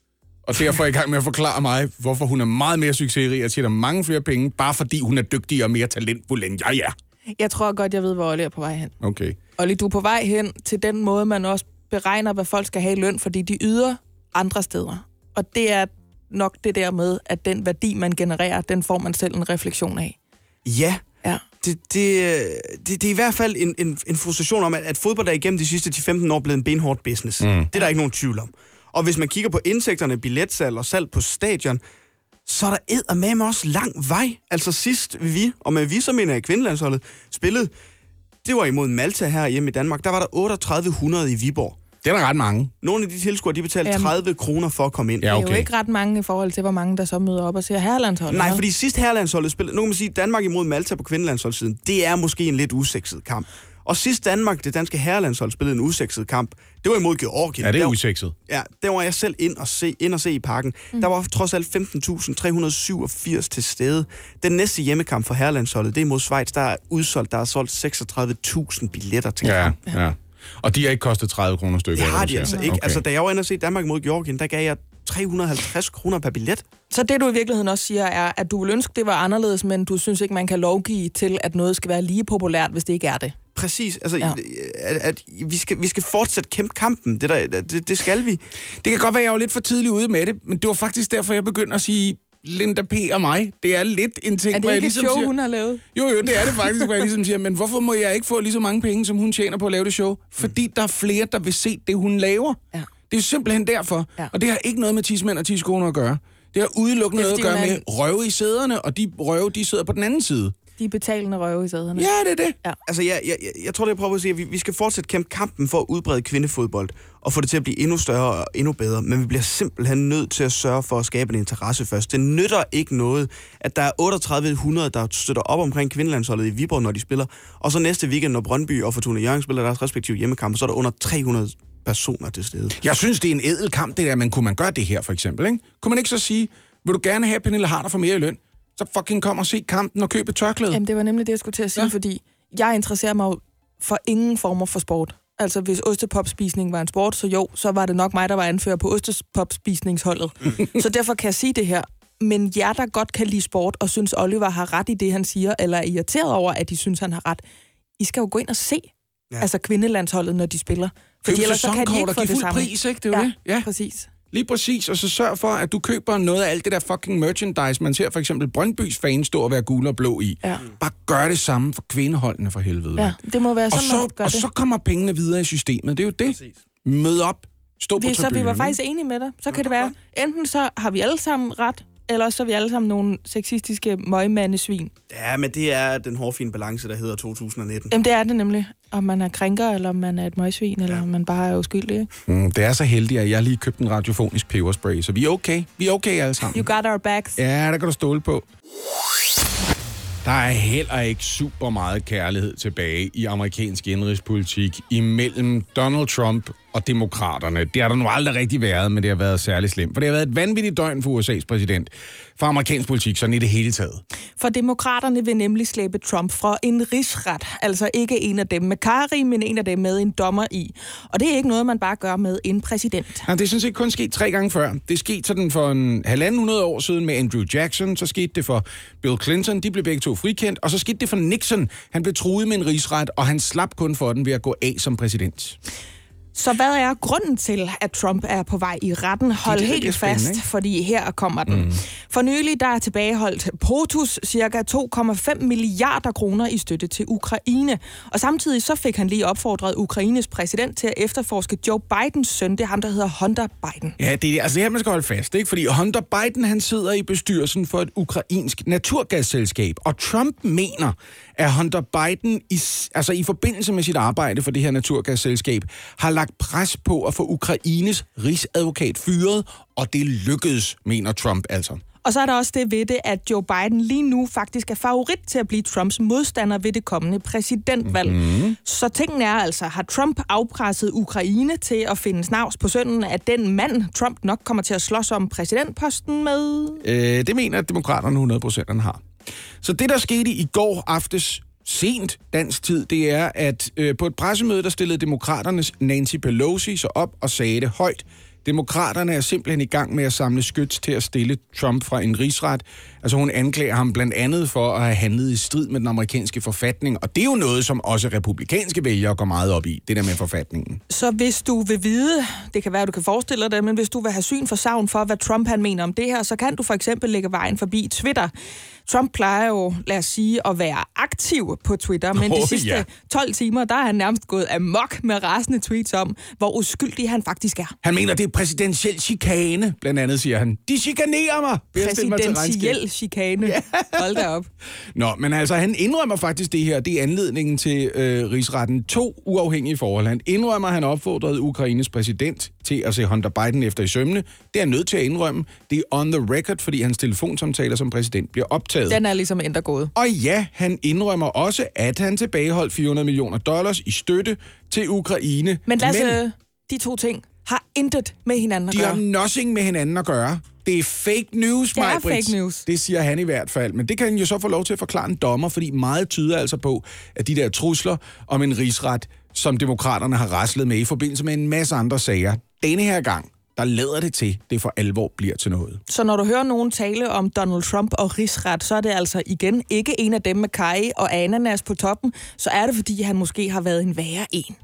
og derfor er i gang med at forklare mig, hvorfor hun er meget mere succesrig og tjener mange flere penge, bare fordi hun er dygtigere og mere talentfuld, end jeg er. Jeg tror godt, jeg ved, hvor Olli er på vej hen. Okay. Olli, du er på vej hen til den måde, man også beregner, hvad folk skal have i løn, fordi de yder andre steder. Og det er nok det der med, at den værdi, man genererer, den får man selv en refleksion af. Ja. Ja. Det er i hvert fald en frustration om, at fodbold er igennem de sidste 10-15 år blevet en benhård business. Det er der ikke nogen tvivl om. Og hvis man kigger på indtægterne, billetsalg og salg på stadion, så er der eddermame også lang vej. Altså sidst vi, og med vi så mener jeg kvindelandsholdet, spillede, det var imod Malta her hjemme i Danmark, der var der 3800 i Viborg. Det er der ret mange. Nogle af de tilskuere, de betalte 30 kroner for at komme ind. Ja, okay. Det er jo ikke ret mange i forhold til, hvor mange der så møder op og ser herrelandsholdet. Nej, fordi sidst herrelandsholdet spillede, nu kan man sige, Danmark imod Malta på kvindelandsholdssiden, det er måske en lidt usekset kamp. Og sidst Danmark, det danske herrelandshold, spillede en usekset kamp, det var imod Georgien. Ja, det er usekset. Ja, der var jeg selv ind og se i parken. Der var trods alt 15.387 til stede. Den næste hjemmekamp for herrelandsholdet, det er mod Schweiz, der er udsolgt, der er solgt 36.000 billetter til kamp. Ja. Og de har ikke kostet 30 kroner stykket? Det har de altså ikke. Okay. Altså, da jeg var inde og se Danmark mod Georgien, der gav jeg 350 kroner per billet. Så det, du i virkeligheden også siger, er, at du vil ønske, det var anderledes, men du synes ikke, man kan lovgive til, at noget skal være lige populært, hvis det ikke er det. Præcis. Altså, at vi skal fortsat kæmpe kampen. Det skal vi. Det kan godt være, at jeg er jo lidt for tidlig ude med det, men det var faktisk derfor, jeg begyndte at sige Linda P. og mig. Det er lidt en ting, er det ikke et show, hun har lavet? Jo, det er det faktisk, hvor jeg ligesom siger, men hvorfor må jeg ikke få lige så mange penge, som hun tjener på at lave det show? Fordi der er flere, der vil se det, hun laver. Ja. Det er jo simpelthen derfor. Ja. Og det har ikke noget med tidsmænd og tidskoner at gøre. Det har udelukkende noget at gøre med røve i sæderne, og de røve, de sidder på den anden side. De betalende røve i sæderne. Ja, det er det. Ja. Altså, jeg tror, det jeg prøver at sige, at vi skal fortsat kæmpe kampen for at udbrede kvindefodbold, og få det til at blive endnu større og endnu bedre, men vi bliver simpelthen nødt til at sørge for at skabe en interesse først. Det nytter ikke noget, at der er 3800, der støtter op omkring kvindelandsholdet i Viborg, når de spiller, og så næste weekend, når Brøndby og Fortuna Hjørring spiller deres respektive hjemmekampe, så er der under 300 personer til stede. Jeg synes, det er en ædel kamp, det der, men kunne man gøre det her, for eksempel, ikke? Kunne man ikke så sige, vil du gerne have, at Pernille Harder for mere i løn? Så fucking kom og se kampen og købe et tørklæde. Jamen, det var nemlig det, jeg skulle til at sige, fordi jeg interesserer mig for ingen former for sport. Altså, hvis ostepopspisning var en sport, så var det nok mig, der var anfører på ostepopspisningsholdet. Så derfor kan jeg sige det her. Men jer, der godt kan lide sport, og synes Oliver har ret i det, han siger, eller er irriteret over, at de synes, han har ret, I skal jo gå ind og se altså kvindelandsholdet, når de spiller. Fordi ellers så kan de ikke få det samme. Pris, ikke? Det er det. Ja, præcis. Lige præcis, og så sørg for, at du køber noget af alt det der fucking merchandise, man ser for eksempel Brøndbys fans stå og være gule og blå i. Ja. Bare gør det samme for kvindeholdene for helvede. Ja, det må være sådan, man gør det. Og så kommer pengene videre i systemet. Det er jo det. Præcis. Mød op. Stå på tribunerne. Så vi var faktisk enige med dig. Så kan det være, enten så har vi alle sammen ret, eller så er vi alle sammen nogle sexistiske møgmandesvin. Ja, men det er den hårfine balance, der hedder 2019. Jamen, det er det nemlig. Om man er krænker, eller om man er et møgsvin, eller om man bare er uskyldig. Ikke? Det er så heldigt, at jeg lige købte en radiofonisk peberspray, så vi er okay. Vi er okay alle sammen. You got our backs. Ja, der kan du stole på. Der er heller ikke super meget kærlighed tilbage i amerikansk indrigspolitik imellem Donald Trump og demokraterne. Det har der nu aldrig rigtig været, men det har været særlig slemt. For det har været et vanvittigt døgn for USA's præsident. For amerikansk politik, sådan i det hele taget. For demokraterne vil nemlig slæbe Trump fra en rigsret. Altså ikke en af dem med Kari, men en af dem med en dommer i. Og det er ikke noget, man bare gør med en præsident. Ja, det er sådan set kun sket 3 gange før. Det skete sådan for 150 år siden med Andrew Jackson. Så skete det for Bill Clinton. De blev begge to frikendt. Og så skete det for Nixon. Han blev truet med en rigsret, og han slap kun for den ved at gå af som præsident. Så hvad er grunden til, at Trump er på vej i retten? Hold helt fast, fordi her kommer den. For nylig der er tilbageholdt POTUS cirka 2,5 milliarder kroner i støtte til Ukraine. Og samtidig så fik han lige opfordret Ukraines præsident til at efterforske Joe Bidens søn. Det er ham, der hedder Hunter Biden. Ja, det er altså her, man skal holde fast, ikke? Fordi Hunter Biden, han sidder i bestyrelsen for et ukrainsk naturgasselskab. Og Trump mener, at Hunter Biden i forbindelse med sit arbejde for det her naturgasselskab har lagt pres på at få Ukraines rigsadvokat fyret, og det lykkedes, mener Trump altså. Og så er der også det ved det, at Joe Biden lige nu faktisk er favorit til at blive Trumps modstander ved det kommende præsidentvalg. Så tingen er altså, har Trump afpresset Ukraine til at finde snavs på sønnen af den mand, Trump nok kommer til at slås om præsidentposten med? Det mener demokraterne 100% har. Så det, der skete i går aftes, sent dansk tid, det er, at på et pressemøde, der stillede demokraternes Nancy Pelosi så op og sagde det højt. Demokraterne er simpelthen i gang med at samle skyts til at stille Trump fra en rigsret. Altså hun anklager ham blandt andet for at have handlet i strid med den amerikanske forfatning, og det er jo noget, som også republikanske vælgere går meget op i, det der med forfatningen. Så hvis du vil vide, det kan være, du kan forestille dig det, men hvis du vil have syn for savn for, hvad Trump han mener om det her, så kan du for eksempel lægge vejen forbi Twitter. Trump plejer jo, lad os sige, at være aktiv på Twitter, men de sidste 12 timer, der er han nærmest gået amok med rasende tweets om, hvor uskyldig han faktisk er. Han mener, det er præsidentiel chikane, blandt andet siger han. De chikanerer mig! Præsidentiel chikane. Ja. Hold da op. Nå, men altså, han indrømmer faktisk det her. Det er anledningen til rigsretten. 2 uafhængige forhold. Han indrømmer, at han opfordrede Ukraines præsident til at se Hunter Biden efter i sømne. Det er han nødt til at indrømme. Det er on the record, fordi hans telefonsamtaler som præsident bliver optaget. Den er ligesom gået. Og ja, han indrømmer også, at han tilbageholdt $400 million i støtte til Ukraine. Men Lasse, de 2 ting har intet med hinanden at gøre. De har nothing med hinanden at gøre. Det er fake news, det er fake news. Det siger han i hvert fald. Men det kan han jo så få lov til at forklare en dommer, fordi meget tyder altså på, at de der trusler om en rigsret, som demokraterne har raslet med i forbindelse med en masse andre sager, denne her gang, der lader det til, det for alvor bliver til noget. Så når du hører nogen tale om Donald Trump og rigsret, så er det altså igen ikke en af dem med kaj og ananas på toppen, så er det fordi, han måske har været en værre en.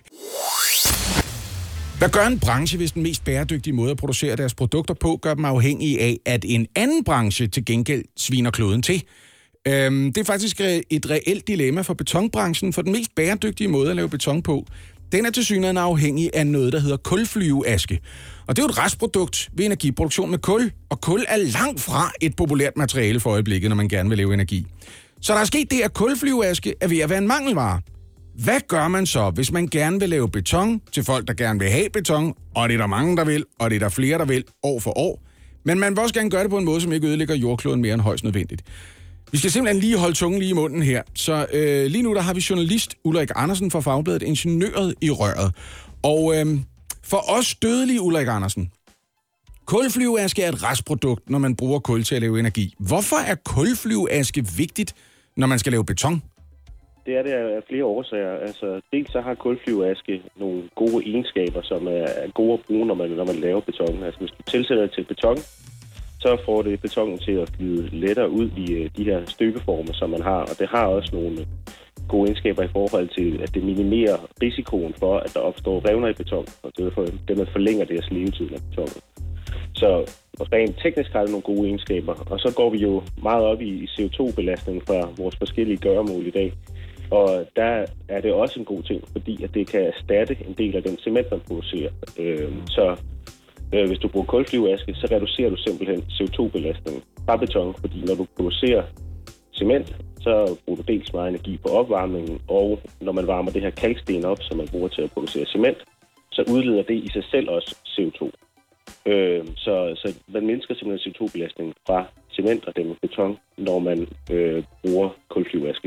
Hvad gør en branche, hvis den mest bæredygtige måde at producere deres produkter på, gør dem afhængige af, at en anden branche til gengæld sviner kloden til? Det er faktisk et reelt dilemma for betonbranchen, for den mest bæredygtige måde at lave beton på, den er tilsyneladende afhængig af noget, der hedder kulflyveaske. Og det er jo et restprodukt ved energiproduktion med kul, og kul er langt fra et populært materiale for øjeblikket, når man gerne vil lave energi. Så der er sket det, at kulflyveaske er ved at være en mangelvare. Hvad gør man så, hvis man gerne vil lave beton til folk, der gerne vil have beton, og det er der mange, der vil, og det er der flere, der vil, år for år. Men man vil også gerne gøre det på en måde, som ikke ødelægger jordkloden mere end højst nødvendigt. Vi skal simpelthen lige holde tungen lige i munden her. Så lige nu der har vi journalist Ulrik Andersen fra Fagbladet Ingeniøret i røret. Og for os dødelige, Ulrik Andersen, kulflyveaske er et restprodukt, når man bruger kul til at lave energi. Hvorfor er kulflyveaske vigtigt, når man skal lave beton? Det er det af flere årsager. Altså, dels så har kulflyveaske nogle gode egenskaber, som er gode at bruge, når man laver beton. Altså, hvis du tilsætter det til beton, så får det betongen til at glide lettere ud i de her støbeformer, som man har. Og det har også nogle gode egenskaber i forhold til, at det minimerer risikoen for, at der opstår revner i beton. Og dermed forlænger deres levetid af betongen. Så rent teknisk har det nogle gode egenskaber. Og så går vi jo meget op i CO2-belastning fra vores forskellige gøremål i dag. Og der er det også en god ting, fordi at det kan erstatte en del af den cement, man producerer. Hvis du bruger kulflyveaske, så reducerer du simpelthen CO2-belastningen fra beton, fordi når du producerer cement, så bruger du dels meget energi på opvarmningen, og når man varmer det her kalksten op, som man bruger til at producere cement, så udleder det i sig selv også CO2. Så man mindsker simpelthen CO2-belastningen fra cement og den beton, når man bruger kulflyveaske.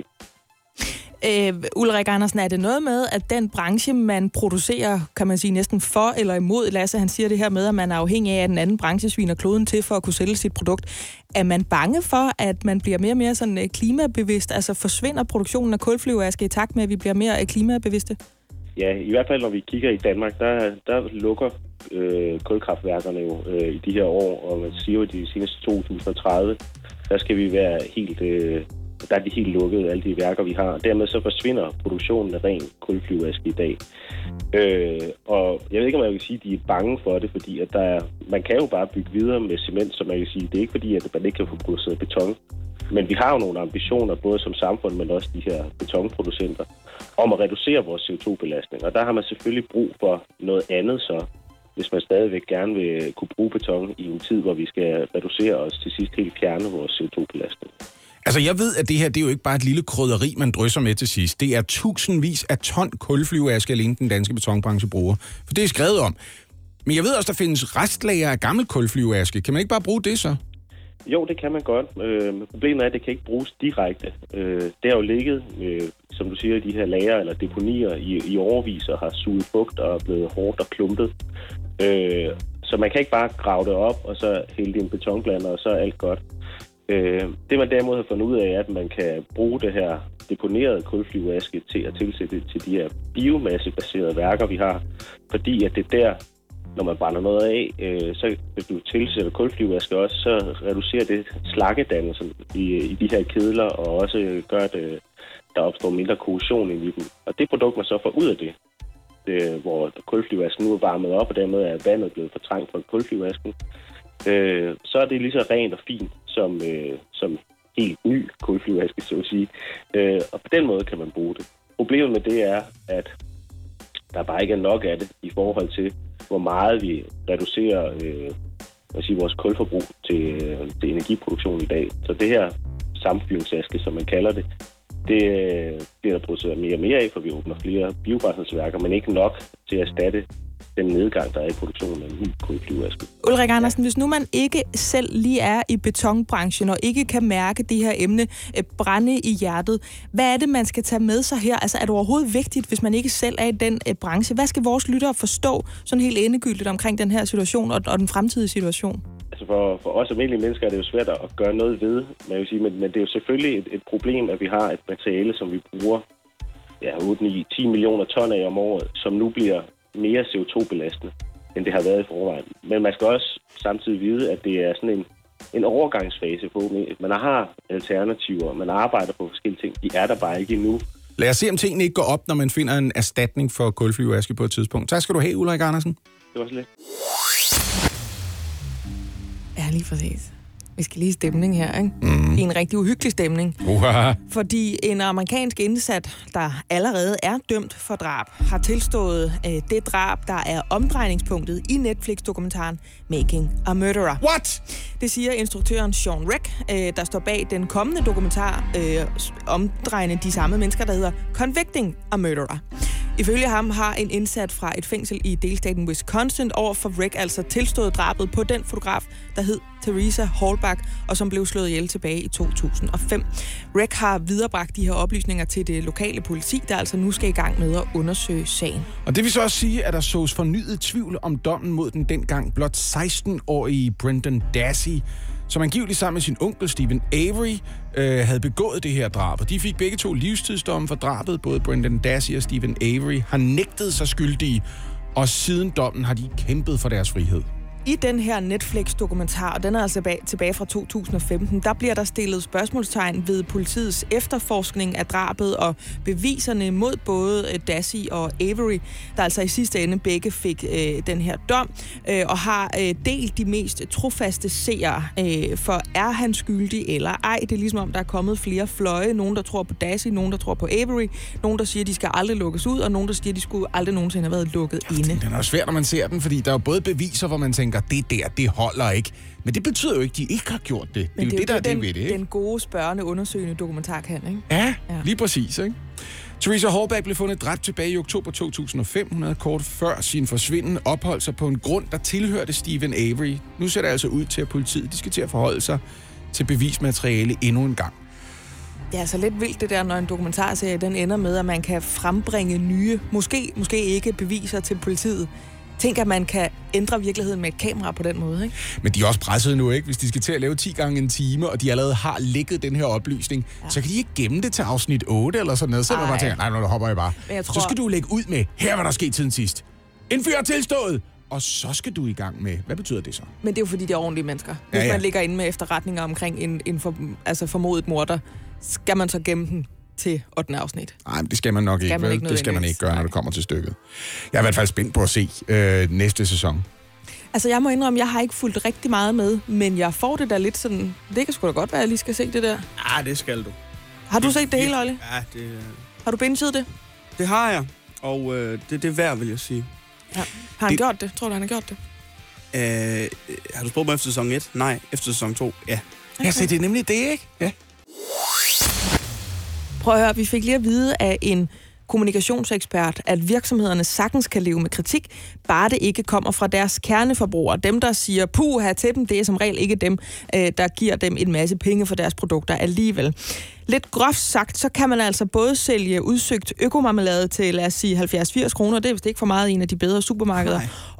Ulrik Andersen, er det noget med, at den branche, man producerer, kan man sige næsten for eller imod? Lasse, han siger det her med, at man er afhængig af, at den anden branche sviner kloden til for at kunne sælge sit produkt. Er man bange for, at man bliver mere og mere sådan klimabevidst? Altså forsvinder produktionen af kulflyveaske i takt med, at vi bliver mere klimabevidste? Ja, i hvert fald når vi kigger i Danmark, der lukker kulkraftværkerne jo i de her år, og man siger jo, at de seneste 2030, der skal vi være helt... Der er de helt lukkede, alle de værker, vi har. Og dermed så forsvinder produktionen af ren kulflyveaske i dag. Og jeg ved ikke, om jeg vil sige, at de er bange for det, fordi at man kan jo bare bygge videre med cement, som man kan sige. Det er ikke fordi, at man ikke kan få produceret beton. Men vi har jo nogle ambitioner, både som samfund, men også de her betonproducenter, om at reducere vores CO2-belastning. Og der har man selvfølgelig brug for noget andet så, hvis man stadigvæk gerne vil kunne bruge beton i en tid, hvor vi skal reducere os til sidst helt fjerne vores CO2-belastning. Altså, jeg ved, at det her, det er jo ikke bare et lille krydderi, man drysser med til sidst. Det er tusindvis af ton kulflyveaske, alene den danske betonbranche bruger. For det er skrevet om. Men jeg ved også, der findes restlager af gammel kulflyveaske. Kan man ikke bare bruge det så? Jo, det kan man godt. Problemet er, at det kan ikke bruges direkte. Det har jo ligget, som du siger, de her lager eller deponier i årevis og har suget fugt og er blevet hårdt og klumpet. Så man kan ikke bare grave det op og så hælde det i en betonblander, og så er alt godt. Det man derimod har fundet ud af, er, at man kan bruge det her deponerede kulflyveaske til at tilsætte til de her biomassebaserede værker, vi har, fordi at det der når man brænder noget af, så hvis du tilsætter kulflyveaske også, så reducerer det slagedannelsen i de her kedler, og også gør, at der opstår mindre korrosion i dem. Og det produkt, man så får ud af det, hvor kulflyveasken nu er varmet op, og dermed er vandet blevet fortrængt fra kulflyveasken, så er det lige så rent og fint som helt ny kulflyveaske, så at sige. Og på den måde kan man bruge det. Problemet med det er, at der bare ikke er nok af det i forhold til, hvor meget vi reducerer vores kulforbrug til energiproduktion i dag. Så det her samfyringsaske, som man kalder det, det bliver der produceret mere og mere af, for vi åbner flere biobrændselsværker, men ikke nok til at erstatte den nedgang, der er i produktionen af en ny kulflyveaske. Ulrik Andersen, hvis nu man ikke selv lige er i betonbranchen og ikke kan mærke det her emne brænde i hjertet, hvad er det, man skal tage med sig her? Altså, er det overhovedet vigtigt, hvis man ikke selv er i den branche? Hvad skal vores lyttere forstå sådan helt endegyldigt omkring den her situation og den fremtidige situation? Altså for os almindelige mennesker er det jo svært at gøre noget ved, man vil sige, men det er jo selvfølgelig et problem, at vi har et materiale, som vi bruger 8, 9, 10 millioner ton af om året, som nu bliver mere CO2-belastende, end det har været i forvejen. Men man skal også samtidig vide, at det er sådan en overgangsfase på. Man har alternativer, man arbejder på forskellige ting. De er der bare ikke endnu. Lad os se, om tingene ikke går op, når man finder en erstatning for kulflyveaske på et tidspunkt. Tak skal du have, Ulrik Andersen. Det var så lidt. Ja, lige præcis. Vi skal lige stemning her, ikke? I en rigtig uhyggelig stemning. Fordi en amerikansk indsat, der allerede er dømt for drab, har tilstået det drab, der er omdrejningspunktet i Netflix-dokumentaren Making a Murderer. What? Det siger instruktøren Sean Rick, der står bag den kommende dokumentar omdrejende de samme mennesker, der hedder Convicting a Murderer. Ifølge ham har en indsat fra et fængsel i delstaten Wisconsin over for Rick altså tilstået drabet på den fotograf, der hed Teresa Halbach, og som blev slået ihjel tilbage i 2005. Rick har viderebragt de her oplysninger til det lokale politi, der altså nu skal i gang med at undersøge sagen. Og det vil så også sige, at der sås fornyet tvivl om dommen mod den dengang blot 16-årige Brendan Dassey, som angiveligt sammen med sin onkel Stephen Avery havde begået det her drab. Og de fik begge to livstidsdomme for drabet. Både Brendan Dassey og Stephen Avery har nægtet sig skyldige, og siden dommen har de kæmpet for deres frihed. I den her Netflix-dokumentar, og den er altså tilbage fra 2015, der bliver der stillet spørgsmålstegn ved politiets efterforskning af drabet og beviserne mod både Dassey og Avery, der altså i sidste ende begge fik den her dom, og har delt de mest trofaste seere, for er han skyldig eller ej. Det er ligesom om, der er kommet flere fløje. Nogen, der tror på Dassey, nogen, der tror på Avery, nogen, der siger, de skal aldrig lukkes ud, og nogen, der siger, de skulle aldrig nogensinde have været lukket inde. Den er jo svært, når man ser den, fordi der er jo både beviser, hvor man tænker, det holder ikke. Men det betyder jo ikke, at de ikke har gjort det. Det er jo det, der er det ved det, ikke? Den gode, spørgende, undersøgende dokumentar kan, ikke? Ja, lige præcis, ikke? Teresa Halbach blev fundet dræbt tilbage i oktober 2005. Hun havde kort før sin forsvinden opholdt sig på en grund, der tilhørte Stephen Avery. Nu ser det altså ud til, at politiet de skal til at forholde sig til bevismateriale endnu en gang. Det er altså lidt vildt det der, når en dokumentarserie den ender med, at man kan frembringe nye, måske ikke beviser til politiet. Tænk, at man kan ændre virkeligheden med et kamera på den måde, ikke? Men de er også presset nu, ikke? Hvis de skal til at lave 10 gange en time, og de allerede har lækket den her oplysning, så kan de ikke gemme det til afsnit 8 eller sådan noget. Så man bare tænker, nej, nu hopper jeg bare. Så skal du lægge ud med, her var der sket siden sidst. En fyr tilstået! Og så skal du i gang med, hvad betyder det så? Men det er jo fordi, det er ordentlige mennesker. Hvis man ligger inde med efterretninger omkring en formodet morder, skal man så gemme den til 8. afsnit? Nej, det skal man nok ikke. Det skal man ikke gøre, når det kommer til stykket. Jeg er i hvert fald spændt på at se næste sæson. Altså, jeg må indrømme, jeg har ikke fulgt rigtig meget med, men jeg får det der lidt sådan... Det kan sgu da godt være, at jeg lige skal se det der. Ja, det skal du. Har du set det hele, Olli? Ja, det... Har du binget det? Det har jeg, og det er værd, vil jeg sige. Ja. Har han gjort det? Tror du, han har gjort det? Har du spurgt mig efter sæson 1? Nej, efter sæson 2, ja. Okay. Ja, så det er nemlig det, ikke? Ja. Prøv at høre, vi fik lige at vide af en kommunikationsekspert, at virksomhederne sagtens kan leve med kritik, bare det ikke kommer fra deres kerneforbrugere. Dem, der siger puha til dem, det er som regel ikke dem, der giver dem en masse penge for deres produkter alligevel. Lidt groft sagt, så kan man altså både sælge udsøgt økomarmelade til, lad os sige, 70-80 kroner, det er vist ikke for meget i en af de bedre supermarkeder,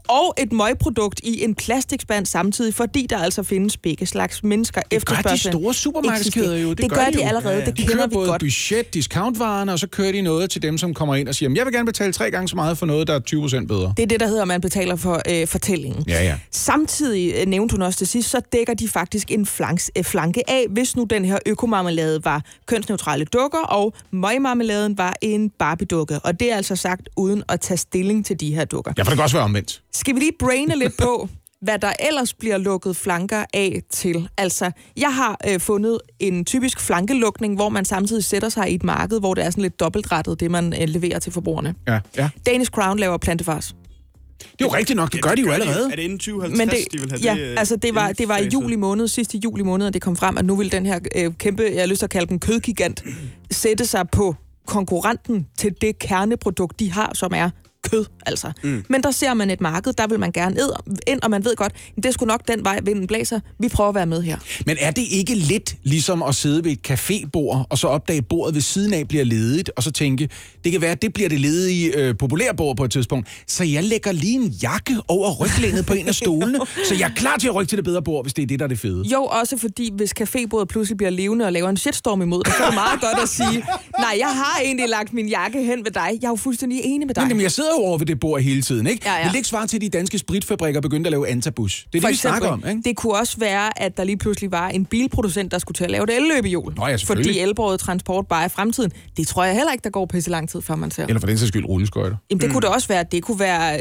og et møgprodukt i en plastikspand samtidig, fordi der altså findes begge slags mennesker. Det gør de store supermarkedskæder jo. Det gør de allerede, det kender vi godt. De kører både budget, discountvarerne, og så kører de noget til dem, som kommer ind og siger, jeg vil gerne betale 3 gange så meget for noget, der er 20% bedre. Det er det, der hedder, at man betaler for fortællingen. Ja. Samtidig nævnte hun også til sidst, så dækker de faktisk en flanke af, hvis nu den her økomarmelade var kønsneutrale dukker, og møgmarmeladen var en Barbie-dukke. Og det er altså sagt uden at tage stilling til de her dukker. Ja, for det kan også være omvendt. Skal vi lige braine lidt på, hvad der ellers bliver lukket flanker af til? Altså, jeg har fundet en typisk flankelukning, hvor man samtidig sætter sig i et marked, hvor det er sådan lidt dobbeltrettet, det man leverer til forbrugerne. Ja. Danish Crown laver plantefars. Det er jo rigtigt nok, det gør de jo allerede. Er det inden 2050, de vil have det? Ja, altså det var i juli måned, sidste juli måned, at det kom frem, at nu vil den her kæmpe, jeg har lyst til at kalde den kødgigant, sætte sig på konkurrenten til det kerneprodukt, de har, som er kød, altså. Men der ser man et marked, der vil man gerne ind, og man ved godt, det er sgu nok den vej, vinden blæser. Vi prøver at være med her. Men er det ikke lidt ligesom at sidde ved et cafébord, og så opdage, at bordet ved siden af bliver ledigt, og så tænke, det kan være, at det bliver det ledige populærbord på et tidspunkt, så jeg lægger lige en jakke over ryglænet på en af stolene, så jeg er klar til at rykke til det bedre bord, hvis det er det, der er det fede. Jo, også fordi, hvis cafébordet pludselig bliver levende og laver en shitstorm imod dig, så er det meget godt at sige, nej, jeg har egentlig lagt min jakke hen ved dig. Jeg er jo fuldstændig enig med dig. Men jeg sidder jo over ved det bord hele tiden, ikke? Ja. Vil det ikke svare til, at de danske spritfabrikker begyndte at lave antabus? Det er det, vi snakker om, ikke? Det kunne også være, at der lige pludselig var en bilproducent, der skulle til at lave et elløbehjul. Nå ja, selvfølgelig. Fordi elbåret transport bare er fremtiden. Det tror jeg heller ikke, der går pisse lang tid, før man ser. Eller for den sags skyld rulleskøjter. Jamen, det kunne det også være. Det kunne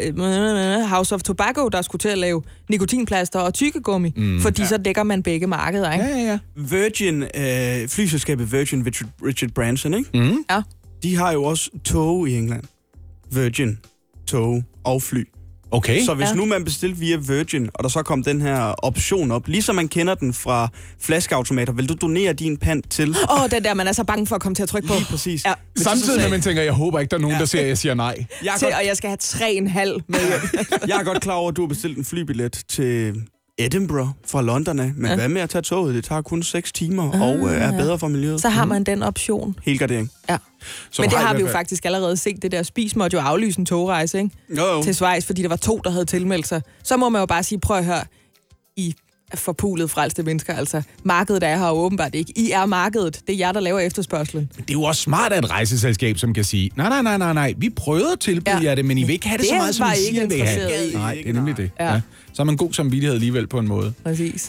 være House of Tobacco, der skulle til at lave nikotinplaster og tykkegummi. Fordi så dækker man begge markeder, ikke? Ja. Virgin, flyselskabet Virgin, Richard Branson, ikke? Ja. De har jo også tog i England. Virgin, tog og fly. Okay. Så hvis nu man bestilte via Virgin, og der så kom den her option op, ligesom man kender den fra flaskeautomater, vil du donere din pant til? Den der, man er så bange for at komme til at trykke på. Lige præcis. Ja. Samtidig med, man tænker, jeg håber ikke, der er nogen, der ser, at jeg siger nej. Og jeg skal have 3,5 med hjem. Jeg er godt klar over, at du har bestilt en flybillet til Edinburgh fra London af, men hvad med at tage toget? Det tager kun 6 timer og er bedre for miljøet. Så har man den option. Helgardering. Ja. Men det har vi jo faktisk allerede set. Det der Spis måtte jo aflyse en togrejse, ikke? Jo. Til Schweiz, fordi der var 2, der havde tilmeldt sig. Så må man jo bare sige, prøv at høre, I er forpulet frelste mennesker, altså. Markedet er her åbenbart ikke. I er markedet. Det er jer, der laver efterspørgselen. Det er jo også smart af et rejseselskab, som kan sige, nej, vi prøvede at tilbyde jer det, men I vil ikke have det så meget, som I siger, I vil have. Nej, det er nemlig det. Ja. Så er man god samvittighed alligevel på en måde. Præcis.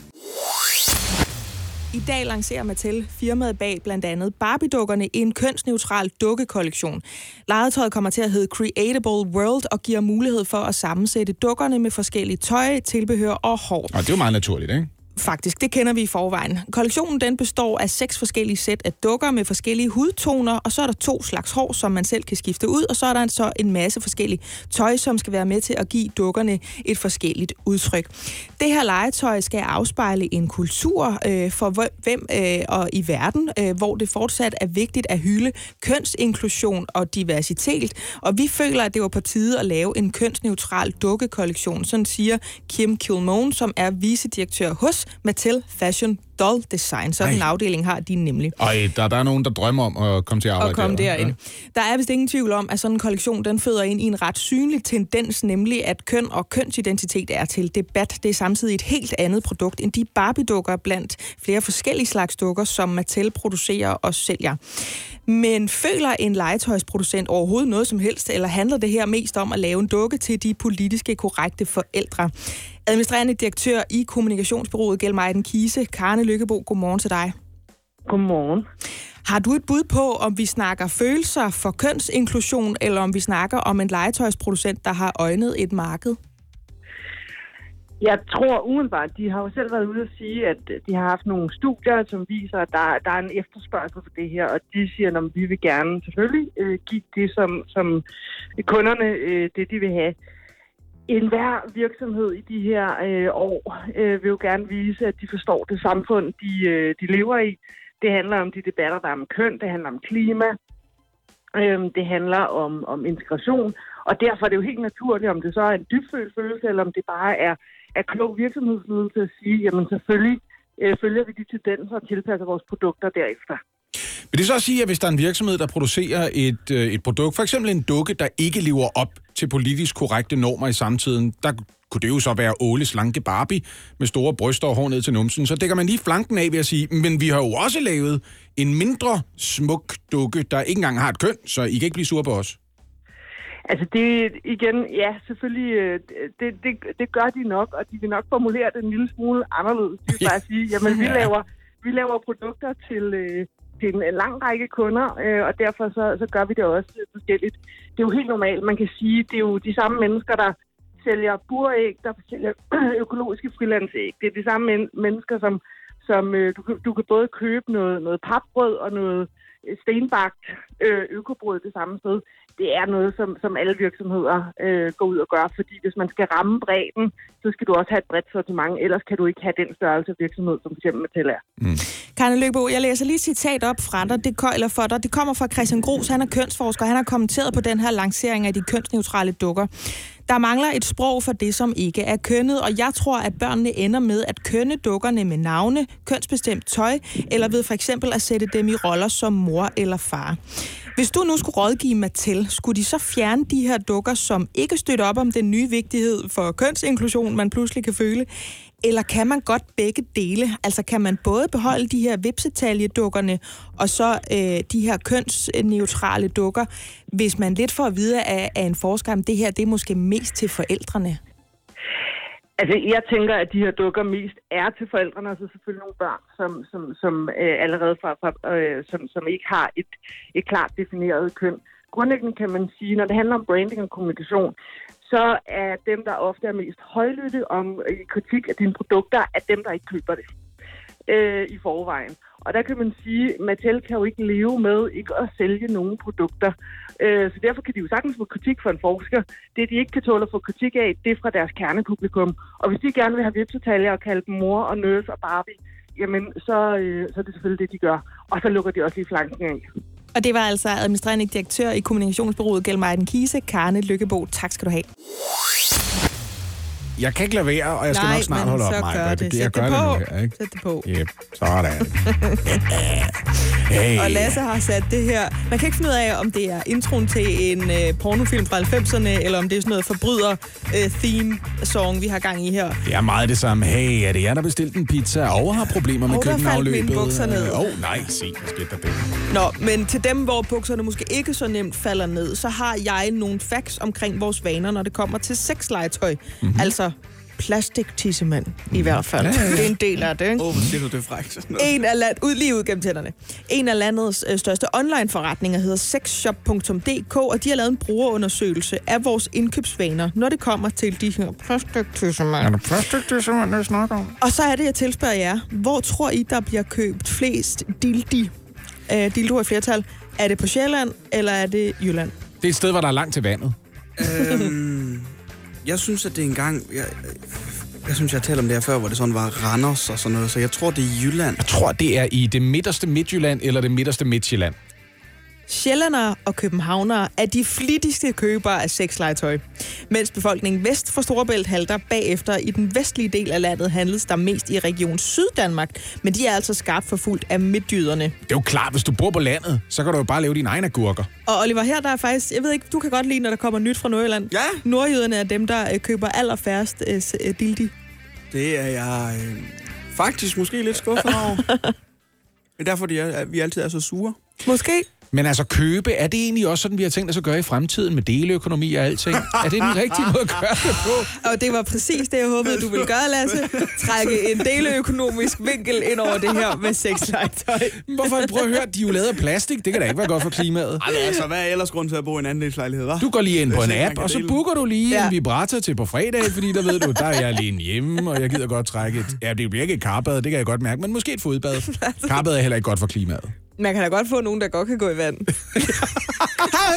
I dag lancerer Mattel, firmaet bag blandt andet Barbie-dukkerne, en kønsneutral dukkekollektion. Legetøjet kommer til at hedde Creatable World og giver mulighed for at sammensætte dukkerne med forskellige tøj, tilbehør og hår. Og det er jo meget naturligt, ikke? Faktisk, det kender vi i forvejen. Kollektionen den består af 6 forskellige sæt af dukker med forskellige hudtoner, og så er der 2 slags hår, som man selv kan skifte ud, og så er der så en masse forskellige tøj, som skal være med til at give dukkerne et forskelligt udtryk. Det her legetøj skal afspejle en kultur for hvem og i verden, hvor det fortsat er vigtigt at hylde kønsinklusion og diversitet, og vi føler, at det var på tide at lave en kønsneutral dukkekollektion, sådan siger Kim Kilmone, som er vicedirektør hos Mattel Fashion Doll Design. Sådan en afdeling har de nemlig. Der er nogen, der drømmer om at komme til at arbejde derind. Der er vist ingen tvivl om, at sådan en kollektion, den føder ind i en ret synlig tendens, nemlig at køn og kønsidentitet er til debat. Det er samtidig et helt andet produkt end de Barbie-dukker blandt flere forskellige slags dukker, som Mattel producerer og sælger. Men føler en legetøjsproducent overhovedet noget som helst, eller handler det her mest om at lave en dukke til de politiske korrekte forældre? Administrerende direktør i kommunikationsbureauet Gelmeiden Kise, Karne Lykkebo, godmorgen til dig. Godmorgen. Har du et bud på, om vi snakker følelser for kønsinklusion, eller om vi snakker om en legetøjsproducent, der har øjnet et marked? Jeg tror umiddelbart, de har jo selv været ude at sige, at de har haft nogle studier, som viser, at der er en efterspørgsel for det her, og de siger, at vi vil gerne selvfølgelig give det, som kunderne, det de vil have. Enhver virksomhed i de her år vil jo gerne vise, at de forstår det samfund, de lever i. Det handler om de debatter, der er om køn, det handler om klima, det handler om integration, og derfor er det jo helt naturligt, om det så er en dybfølt følelse, eller om det bare er klog virksomhedsledelse at sige, jamen selvfølgelig følger vi de tendenser og tilpasser vores produkter derefter. Vil det så sige, at hvis der er en virksomhed, der producerer et produkt, for eksempel en dukke, der ikke lever op til politisk korrekte normer i samtiden, der kunne det jo så være Åle slanke Barbie med store bryster og hår ned til numsen, så dækker man lige flanken af ved at sige, men vi har jo også lavet en mindre smuk dukke, der ikke engang har et køn, så I kan ikke blive sure på os. Altså det igen, ja, selvfølgelig, det gør de nok, og de vil nok formulere det en lille smule anderledes. De vil bare sige, jamen vi laver produkter til en lang række kunder, og derfor så gør vi det også forskelligt. Det er jo helt normalt, man kan sige, det er jo de samme mennesker, der sælger buræg, der sælger økologiske frilandsæg. Det er de samme mennesker, som du kan både købe noget papbrød og noget stenbagt økobrød det samme sted. Det er noget, som alle virksomheder går ud og gør, fordi hvis man skal ramme bredden, så skal du også have et bredt sortiment, ellers kan du ikke have den størrelse af virksomhed, som f.eks. Mattel er. Karen Lykkebo, jeg læser lige et citat op fra dig, det kommer fra Christian Gros, han er kønsforsker, han har kommenteret på den her lancering af de kønsneutrale dukker. Der mangler et sprog for det, som ikke er kønnet, og jeg tror, at børnene ender med at kønne dukkerne med navne, kønsbestemt tøj, eller ved for eksempel at sætte dem i roller som mor eller far. Hvis du nu skulle rådgive Mattel, skulle de så fjerne de her dukker, som ikke støtter op om den nye vigtighed for kønsinklusion, man pludselig kan føle? Eller kan man godt begge dele? Altså kan man både beholde de her vipsetaljedukkerne og så de her kønsneutrale dukker, hvis man lidt får at vide af en forsker, om det her det er måske mest til forældrene? Altså, jeg tænker, at de her dukker mest er til forældrene, og så selvfølgelig nogle børn, som allerede som ikke har et klart defineret køn. Grundlæggende kan man sige, når det handler om branding og kommunikation, så er dem, der ofte er mest højlytte om kritik af dine produkter, er dem, der ikke køber det i forvejen. Og der kan man sige, at Mattel kan jo ikke leve med ikke at sælge nogen produkter. Så derfor kan de jo sagtens få kritik fra en forsker. Det, de ikke kan tåle at få kritik af, det er fra deres kernepublikum. Og hvis de gerne vil have vipsetaljer og kalde dem mor og nurse og Barbie, jamen så er det selvfølgelig det, de gør. Og så lukker de også lige flanken af. Og det var altså administrerende direktør i kommunikationsbureauet Gelmeiden Kise, Karen Lykkebo. Tak skal du have. Jeg kan ikke lade være, og jeg skal nok snart holde op mig. Nej, men så gør det. Jeg gør det nu her, ikke? Sæt det på. Yep, sådan. Hey. Og Lasse har sat det her. Man kan ikke finde ud af, om det er introen til en pornofilm fra 90'erne, eller om det er sådan noget forbryder-theme-song, vi har gang i her. Det er meget det samme. Hey, er det jer, der bestilte en pizza og har problemer med køkkenafløbet? Der faldt mine bukser ned. Nej, se, hvad skete der det? Nå, men til dem, hvor bukserne måske ikke så nemt falder ned, så har jeg nogle facts omkring vores vaner, når det kommer til sexlegetøj. Mm-hmm. Altså plastiktissemand i hvert fald. Ja. Det er en del af det, ikke? Hvor siger du det frækt? Lige ud gennem tænderne. En af landets største online-forretninger hedder sexshop.dk, og de har lavet en brugerundersøgelse af vores indkøbsvaner, når det kommer til de her plastiktissemænd. Er det plastiktissemænd, jeg snakker om? Og så er det, jeg tilspørger jer. Hvor tror I, der bliver købt flest dildoer i flertal? Er det på Sjælland, eller er det Jylland? Det er et sted, hvor der er langt til vandet. Jeg synes, at det er en gang... Jeg synes, jeg har talt om det her før, hvor det sådan var Randers og sådan noget, så jeg tror, det er Jylland. Jeg tror, det er i det midterste Midtjylland eller det midterste Midtjylland. Sjællandere og københavnere er de flittigste købere af sexlegetøj. Mens befolkningen vest for Storebælt halter bagefter, i den vestlige del af landet handles der mest i region Syddanmark, men de er altså skarpt forfulgt af midtjyderne. Det er jo klart, hvis du bor på landet, så kan du jo bare lave dine egne agurker. Og Oliver, her der er faktisk, jeg ved ikke, du kan godt lide, når der kommer nyt fra Nordjylland. Ja. Nordjyderne er dem, der køber allerfærrest dildi. Det er jeg faktisk måske lidt skuffet over. Det er derfor, vi altid er så sure. Måske. Men altså købe, er det egentlig også sådan, vi har tænkt os at gøre i fremtiden med deleøkonomi og alting? Er det den rigtige måde at gøre det på? Og det var præcis det, jeg håbede, du ville gøre, Lasse. Trække en deleøkonomisk vinkel ind over det her med sexlegetøj. Hvorfor prøv at høre, de er jo lavet af plastik. Det kan da ikke være godt for klimaet. Ej, altså, hvad er ellers grund til at bo i en andelslejlighed, hva'? Du går lige ind på en app, og så booker du lige en vibrator til på fredag, fordi der ved du, der er jeg alene hjemme, og jeg gider godt trække et... Ja, det bliver ikke et karbad, det kan jeg godt mærke, men måske et fodbad. Karbad er heller ikke godt for klimaet. Man kan da godt få nogen, der godt kan gå i vand. Har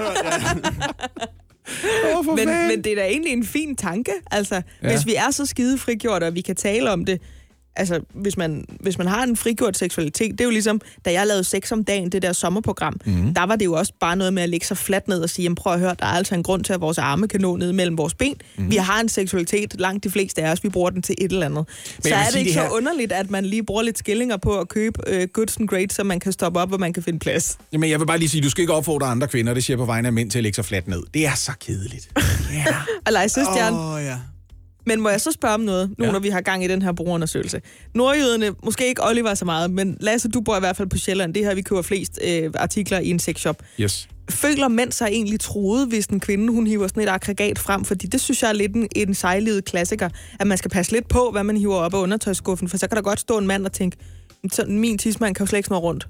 hørt! Men det er da egentlig en fin tanke. Altså, hvis vi er så skide frigjorte, og vi kan tale om det, altså, hvis man har en frigjort seksualitet, det er jo ligesom, da jeg lavede Sex om dagen, det der sommerprogram, der var det jo også bare noget med at lægge sig fladt ned og sige, jamen prøv at høre, der er altså en grund til, at vores arme kan nå ned mellem vores ben. Vi har en seksualitet, langt de fleste af os, vi bruger den til et eller andet. Så er det ikke så underligt, at man lige bruger lidt skillinger på at købe goods and grades, så man kan stoppe op, og man kan finde plads. Jamen, jeg vil bare lige sige, du skal ikke opfordre andre kvinder, det siger på vegne af mænd, til at lægge sig fladt ned. Det er så kedeligt. Yeah. Og lege søstjerne. Ja. Men må jeg så spørge om noget, nu når vi har gang i den her brugerundersøgelse? Nordjyderne, måske ikke Oliver så meget, men Lasse, du bor i hvert fald på Sjælland. Det her, vi køber flest artikler i en sexshop. Yes. Føler mænd sig egentlig troet, hvis en kvinde, hun hiver sådan et aggregat frem? Fordi det synes jeg er lidt en sejlivet klassiker, at man skal passe lidt på, hvad man hiver op af undertøjsskuffen, for så kan der godt stå en mand og tænke, min tidsmand kan jo slet ikke snurre rundt.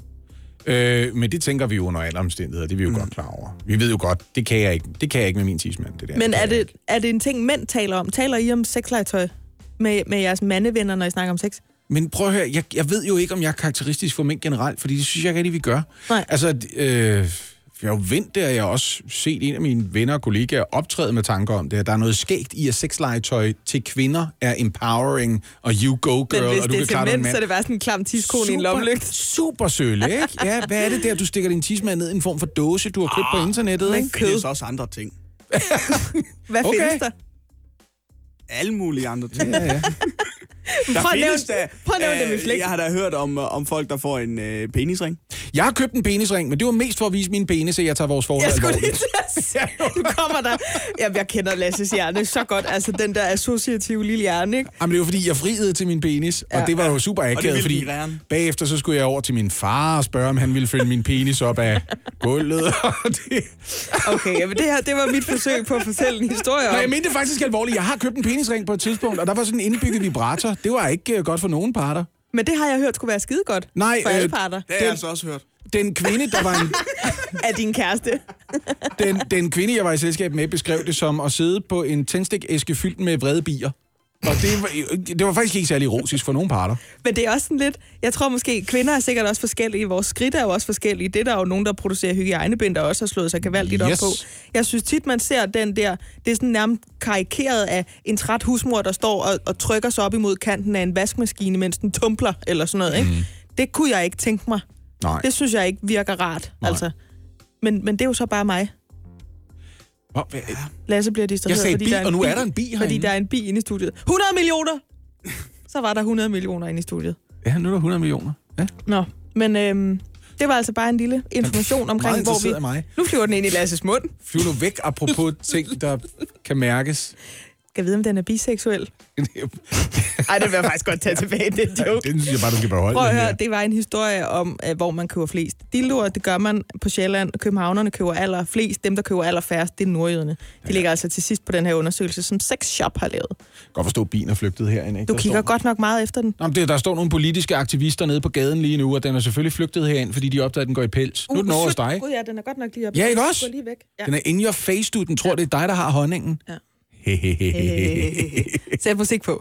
Men det tænker vi jo under alle omstændigheder, det er vi jo godt klar over. Vi ved jo godt, det kan jeg ikke med min tidsmand. Det der. Men er det en ting, mænd taler om? Taler I om sexlegetøj med jeres mandevenner, når I snakker om sex? Men prøv at høre, jeg ved jo ikke, om jeg er karakteristisk for mænd generelt, fordi det synes jeg ikke rigtig, vi gør. Nej. Altså, jeg har jo vendt det, og jeg har også set en af mine venner og kollegaer optræde med tanker om det. Der er noget skægt i, at sexlegetøj til kvinder er empowering, og you go girl, men hvis og du det kan klare dig en mand. Så er det bare sådan en klam tidskone i en lommelygt. Super sølle, ikke? Ja, hvad er det der, du stikker din tidsmand ned i en form for dåse, du har købt på internettet, ikke? Der findes også andre ting. Hvad findes der? Alle mulige andre ting. Ja. Prøv at nævne dem i flæk. Jeg har da hørt om folk, der får en penisring. Jeg har købt en penisring, men det var mest for at vise min penis, at jeg tager vores forhold alvorligt. Jeg skulle lige du kommer der. Jamen, jeg kender Lasses hjerne så godt. Altså, den der associative lille hjerne, ikke? Jamen, det var fordi, jeg friede til min penis, og det var jo super akavet, fordi bagefter så skulle jeg over til min far og spørge, om han ville følge min penis op af gulvet. Okay, jamen det var mit forsøg på at fortælle en historie om. Nej, jeg mente det faktisk alvorligt. Jeg har købt en penisring på et tidspunkt, og der var sådan en indbygget vibrator. Det var ikke godt for nogen parter. Men det har jeg hørt skulle være skide godt for alle parter. Det har jeg altså også hørt. Den kvinde, der var en... af din kæreste. den kvinde, jeg var i selskab med, beskrev det som at sidde på en tændstikæske fyldt med vrede bier. Og det var faktisk ikke særlig erotisk for nogen parter. Men det er også sådan lidt... Jeg tror måske, kvinder er sikkert også forskellige. Vores skridt er jo også forskellige. Det er der jo nogen, der producerer hygiejnebind, der også har slået sig gevaldigt op på. Jeg synes tit, man ser den der... Det er sådan nærmest karikeret af en træt husmor, der står og trykker sig op imod kanten af en vaskemaskine, mens den tumpler eller sådan noget, ikke? Det kunne jeg ikke tænke mig. Nej. Det synes jeg ikke virker rart, altså. Men det er jo så bare mig. Lasse bliver distraheret, jeg sagde bi, og nu er der en bi herinde. Fordi der er en bi inde i studiet. 100 millioner! Så var der 100 millioner inde i studiet. Ja, nu er der 100 millioner. Ja. Nå, men det var altså bare en lille information omkring, hvor vi... Mig. Nu flyver den ind i Lasses mund. Flyver du væk, apropos ting, der kan mærkes. Skal jeg vide, om den er biseksuel? Ej, det vil jeg faktisk godt tage tilbage, det er joke. Det synes jeg bare, du kan beholde. Prøv at høre, det var en historie om, hvor man køber flest dildoer. Det gør man på Sjælland. Københavnerne køber allerflest. Dem, der køber allerfærrest, det er nordjyderne. De ligger altså til sidst på den her undersøgelse, som Sex Shop har lavet. Godt forstå, at bilen er flygtet herinde, ikke? Du kigger godt nok meget efter den. Nå, der står nogle politiske aktivister nede på gaden lige nu, og den er selvfølgelig flygtet herind, fordi de opdager, at den går i pels. Nu er den over hos dig. Gud, ja, den er godt nok lige op. Ja, ikke også? Lige væk. Ja. Den er in your face, du. Den tror, det er dig, der har honningen. Ja. Sæt musik på.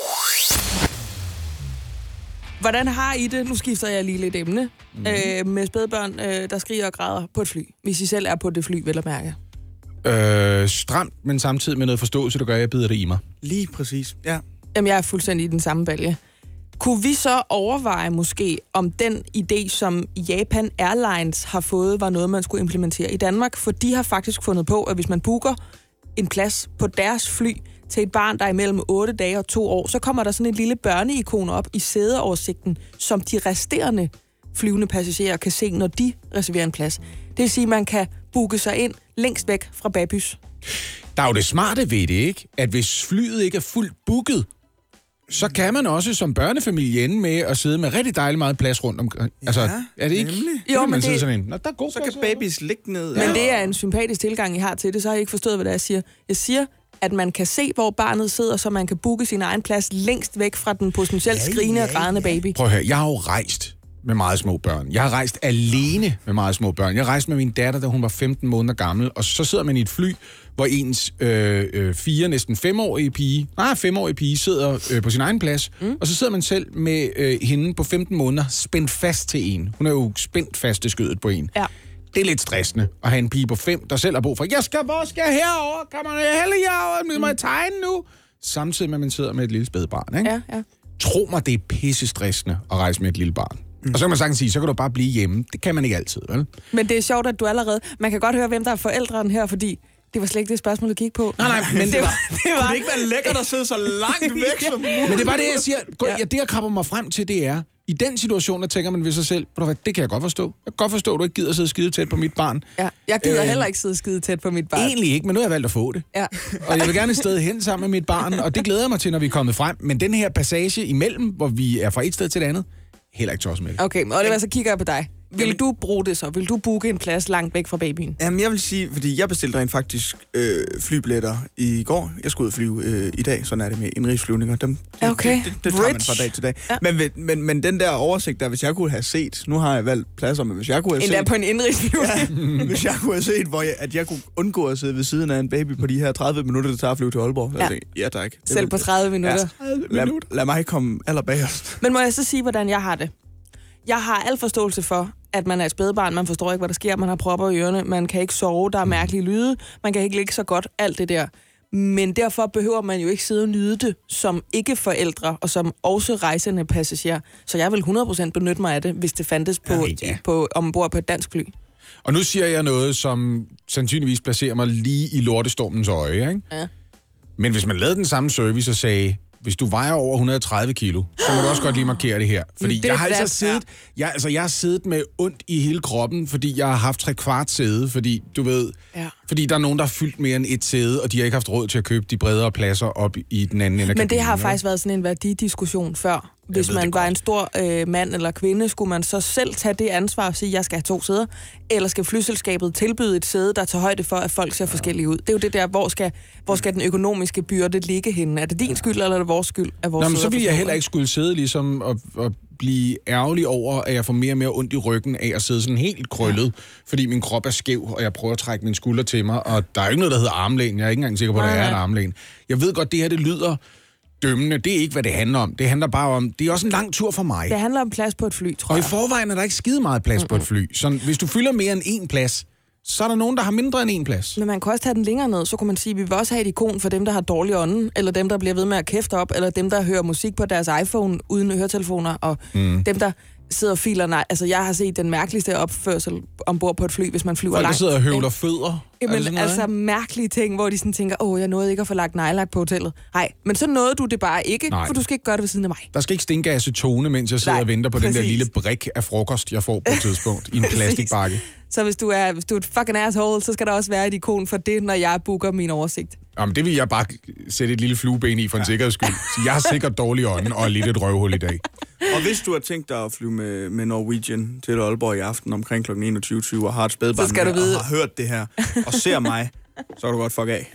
Hvordan har I det? Nu skifter jeg lige lidt emne. Med spædbørn, der skriger og græder på et fly. Hvis I selv er på det fly, vel at mærke. Stramt, men samtidig med noget forståelse, der gør, at jeg bider det i mig. Lige præcis, ja. Jamen, jeg er fuldstændig i den samme balje. Kunne vi så overveje måske, om den idé, som Japan Airlines har fået, var noget, man skulle implementere i Danmark? For de har faktisk fundet på, at hvis man booker en plads på deres fly til et barn, der er imellem 8 dage og 2 år, så kommer der sådan et lille børneikon op i sædeoversigten, som de resterende flyvende passagerer kan se, når de reserverer en plads. Det vil sige, at man kan booke sig ind længst væk fra babys. Der er jo det smarte ved det, ikke? At hvis flyet ikke er fuldt booket, så kan man også som børnefamilie ende med at sidde med rigtig dejligt meget plads rundt omkring. Altså, er det ikke? Jo, men det... Sådan en, der er god så kan babys ligge ned. Men det er en sympatisk tilgang, I har til det, så har jeg ikke forstået, hvad det er, jeg siger. Jeg siger, at man kan se, hvor barnet sidder, så man kan booke sin egen plads længst væk fra den potentielt skrigende og grædende baby. Prøv at høre, jeg har jo rejst med meget små børn. Jeg har rejst alene med meget små børn. Jeg rejste med min datter, da hun var 15 måneder gammel, og så sidder man i et fly, hvor ens 4, næsten 5-årige pige sidder på sin egen plads, og så sidder man selv med hende på 15 måneder spændt fast til en. Hun er jo spændt fast i skødet på en. Ja. Det er lidt stressende at have en pige på 5, der selv har brug for, hvor skal jeg herover? Kan man hælde herover? Må jeg tegne nu? Samtidig med, at man sidder med et lille spædbarn, ikke? Ja. Tro mig, det er pissestressende at rejse med et lille barn. Og så kan man sagtens sige, så kan du bare blive hjemme. Det kan man ikke altid, vel? Men det er sjovt, at du allerede... Man kan godt høre, hvem der er forældrene her, fordi det var slet ikke det spørgsmål, du gik på. Nej, men det var... Kunne det ikke være lækkert at sidde så langt væk som muligt? Men det er bare det, jeg siger. Det, jeg krabber mig frem til, det er... I den situation, der tænker man ved sig selv, det kan jeg godt forstå. Jeg kan godt forstå, at du ikke gider sidde skide tæt på mit barn. Ja, jeg gider heller ikke sidde skide tæt på mit barn. Egentlig ikke, men nu har jeg valgt at få det. Ja. Og jeg vil gerne et sted hen sammen med mit barn, og det glæder jeg mig til, når vi er kommet frem. Men den her passage imellem, hvor vi er fra et sted til det andet, heller ikke tosset med det. Okay, og det var så kigger jeg på dig. Vil du bruge det så? Vil du booke en plads langt væk fra babyen? Jamen, jeg vil sige, fordi jeg bestilte rent faktisk flybilletter i går. Jeg skulle ud og flyve i dag, sådan er det med indrigsflyvninger. Det tager man fra dag til dag. Ja. Men den der oversigt der, hvis jeg kunne have set, nu har jeg valgt pladser, men hvis jeg kunne have set... Endda på en indrigsflyvning. Ja, hvis jeg kunne have set, at jeg kunne undgå at sidde ved siden af en baby på de her 30 minutter, det tager at flyve til Aalborg. Ja, tænkte, ja tak. Selv på 30 minutter. Ja, lad mig komme allerbagerst. Men må jeg så sige, hvordan jeg har det? Jeg har al forståelse for, at man er et spædbarn, man forstår ikke, hvad der sker, man har propper i ørerne, man kan ikke sove, der er mærkelige lyde, man kan ikke ligge så godt, alt det der. Men derfor behøver man jo ikke sidde og nyde det som ikke-forældre, og som også rejsende passager. Så jeg vil 100% benytte mig af det, hvis det fandtes på ombord på et dansk fly. Og nu siger jeg noget, som sandsynligvis placerer mig lige i lortestormens øje, ikke? Ja. Men hvis man lavede den samme service og sagde, hvis du vejer over 130 kilo, så må du også godt lige markere det her. Fordi jeg har altså siddet, jeg har siddet med ondt i hele kroppen, fordi jeg har haft 3/4 sæde, fordi du ved, fordi der er nogen, der har fyldt mere end et sæde, og de har ikke haft råd til at købe de bredere pladser op i den anden ende af kabinen. Men det har faktisk været sådan en værdidiskussion før. Hvis man var en stor mand eller kvinde, skulle man så selv tage det ansvar og sige, at jeg skal have 2 sæder, eller skal flyselskabet tilbyde et sæde, der tager højde for, at folk ser forskellige ud. Det er jo det der, hvor skal den økonomiske byrde ligge henne? Er det din skyld, eller er det vores skyld? Så vil jeg heller ikke skulle sidde ligesom og blive ærgerlig over, at jeg får mere og mere ondt i ryggen af at sidde sådan helt krøllet, fordi min krop er skæv, og jeg prøver at trække min skulder til mig, og der er ikke noget, der hedder armlæn. Jeg er ikke engang sikker på, at der er en armlæn. Jeg ved godt, det her, det lyder dømmende. Det er ikke, hvad det handler om. Det handler bare om, det er også en lang tur for mig. Det handler om plads på et fly, tror jeg. Og i forvejen er der ikke skide meget plads på et fly. Så hvis du fylder mere end 1 plads, så er der nogen, der har mindre end 1 plads. Men man kan også tage den længere ned, så kunne man sige, at vi vil også have et ikon for dem, der har dårlig ånden, eller dem, der bliver ved med at kæfte op, eller dem, der hører musik på deres iPhone uden høretelefoner, og dem, der sidder og filer. Nej, altså jeg har set den mærkeligste opførsel ombord på et fly, hvis man flyver langt. Folk, der sidder og høvler fødder. Jamen, altså mærkelige ting, hvor de sådan tænker, jeg nåede ikke at få lagt nejlagt på hotellet. Nej, men så nåede du det bare ikke, for du skal ikke gøre det ved siden af mig. Der skal ikke stinke acetone, mens jeg sidder og venter på den der lille brik af frokost, jeg får på et tidspunkt i en plastikbakke. Så hvis du er et fucking asshole, så skal der også være et ikon for det, når jeg booker min oversigt. Jamen, det vil jeg bare sætte et lille flueben i for en sikkerheds skyld. Så jeg har sikkert dårlig ånden og lidt et røvhul i dag. Og hvis du har tænkt dig at flyve med Norwegian til Aalborg i aften omkring kl. 21.20 og har et spædbarn med, og har hørt det her, og ser mig, så kan du godt fuck af.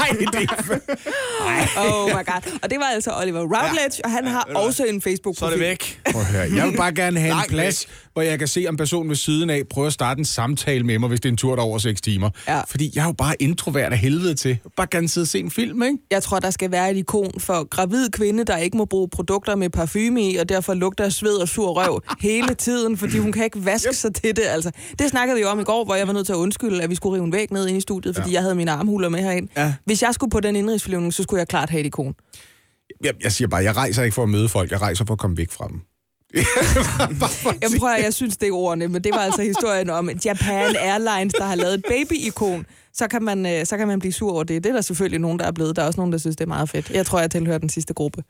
Oh my god. Og det var altså Oliver Routledge, og han har også en Facebook-profil. Så er det væk. Prøv at høre. Jeg vil bare gerne have en plads, hvor jeg kan se, om personen ved siden af prøver at starte en samtale med mig, hvis det er en tur der over 6 timer. Ja. Fordi jeg er jo bare introvert af helvede til. Jeg vil bare gerne sidde og se en film, ikke? Jeg tror, der skal være et ikon for gravid kvinde, der ikke må bruge produkter med parfume i, og derfor lugter af sved og sur røv hele tiden, fordi hun kan ikke vaske sig til det. Altså, det snakkede vi om i går, hvor jeg var nødt til at undskylde, at vi skulle rive en væg ned ind i studiet, fordi jeg havde mine armhuler med herind. Ja. Hvis jeg skulle på den indrigsflyvning, så skulle jeg klart have et ikon. Jeg siger bare, jeg rejser ikke for at møde folk, jeg rejser for at komme væk fra dem. Jeg synes, det er ordene, men det var altså historien om Japan Airlines, der har lavet et baby-ikon. Så kan man blive sur over det. Det er der selvfølgelig nogen, der er blevet. Der er også nogen, der synes, det er meget fedt. Jeg tror, jeg tilhører den sidste gruppe.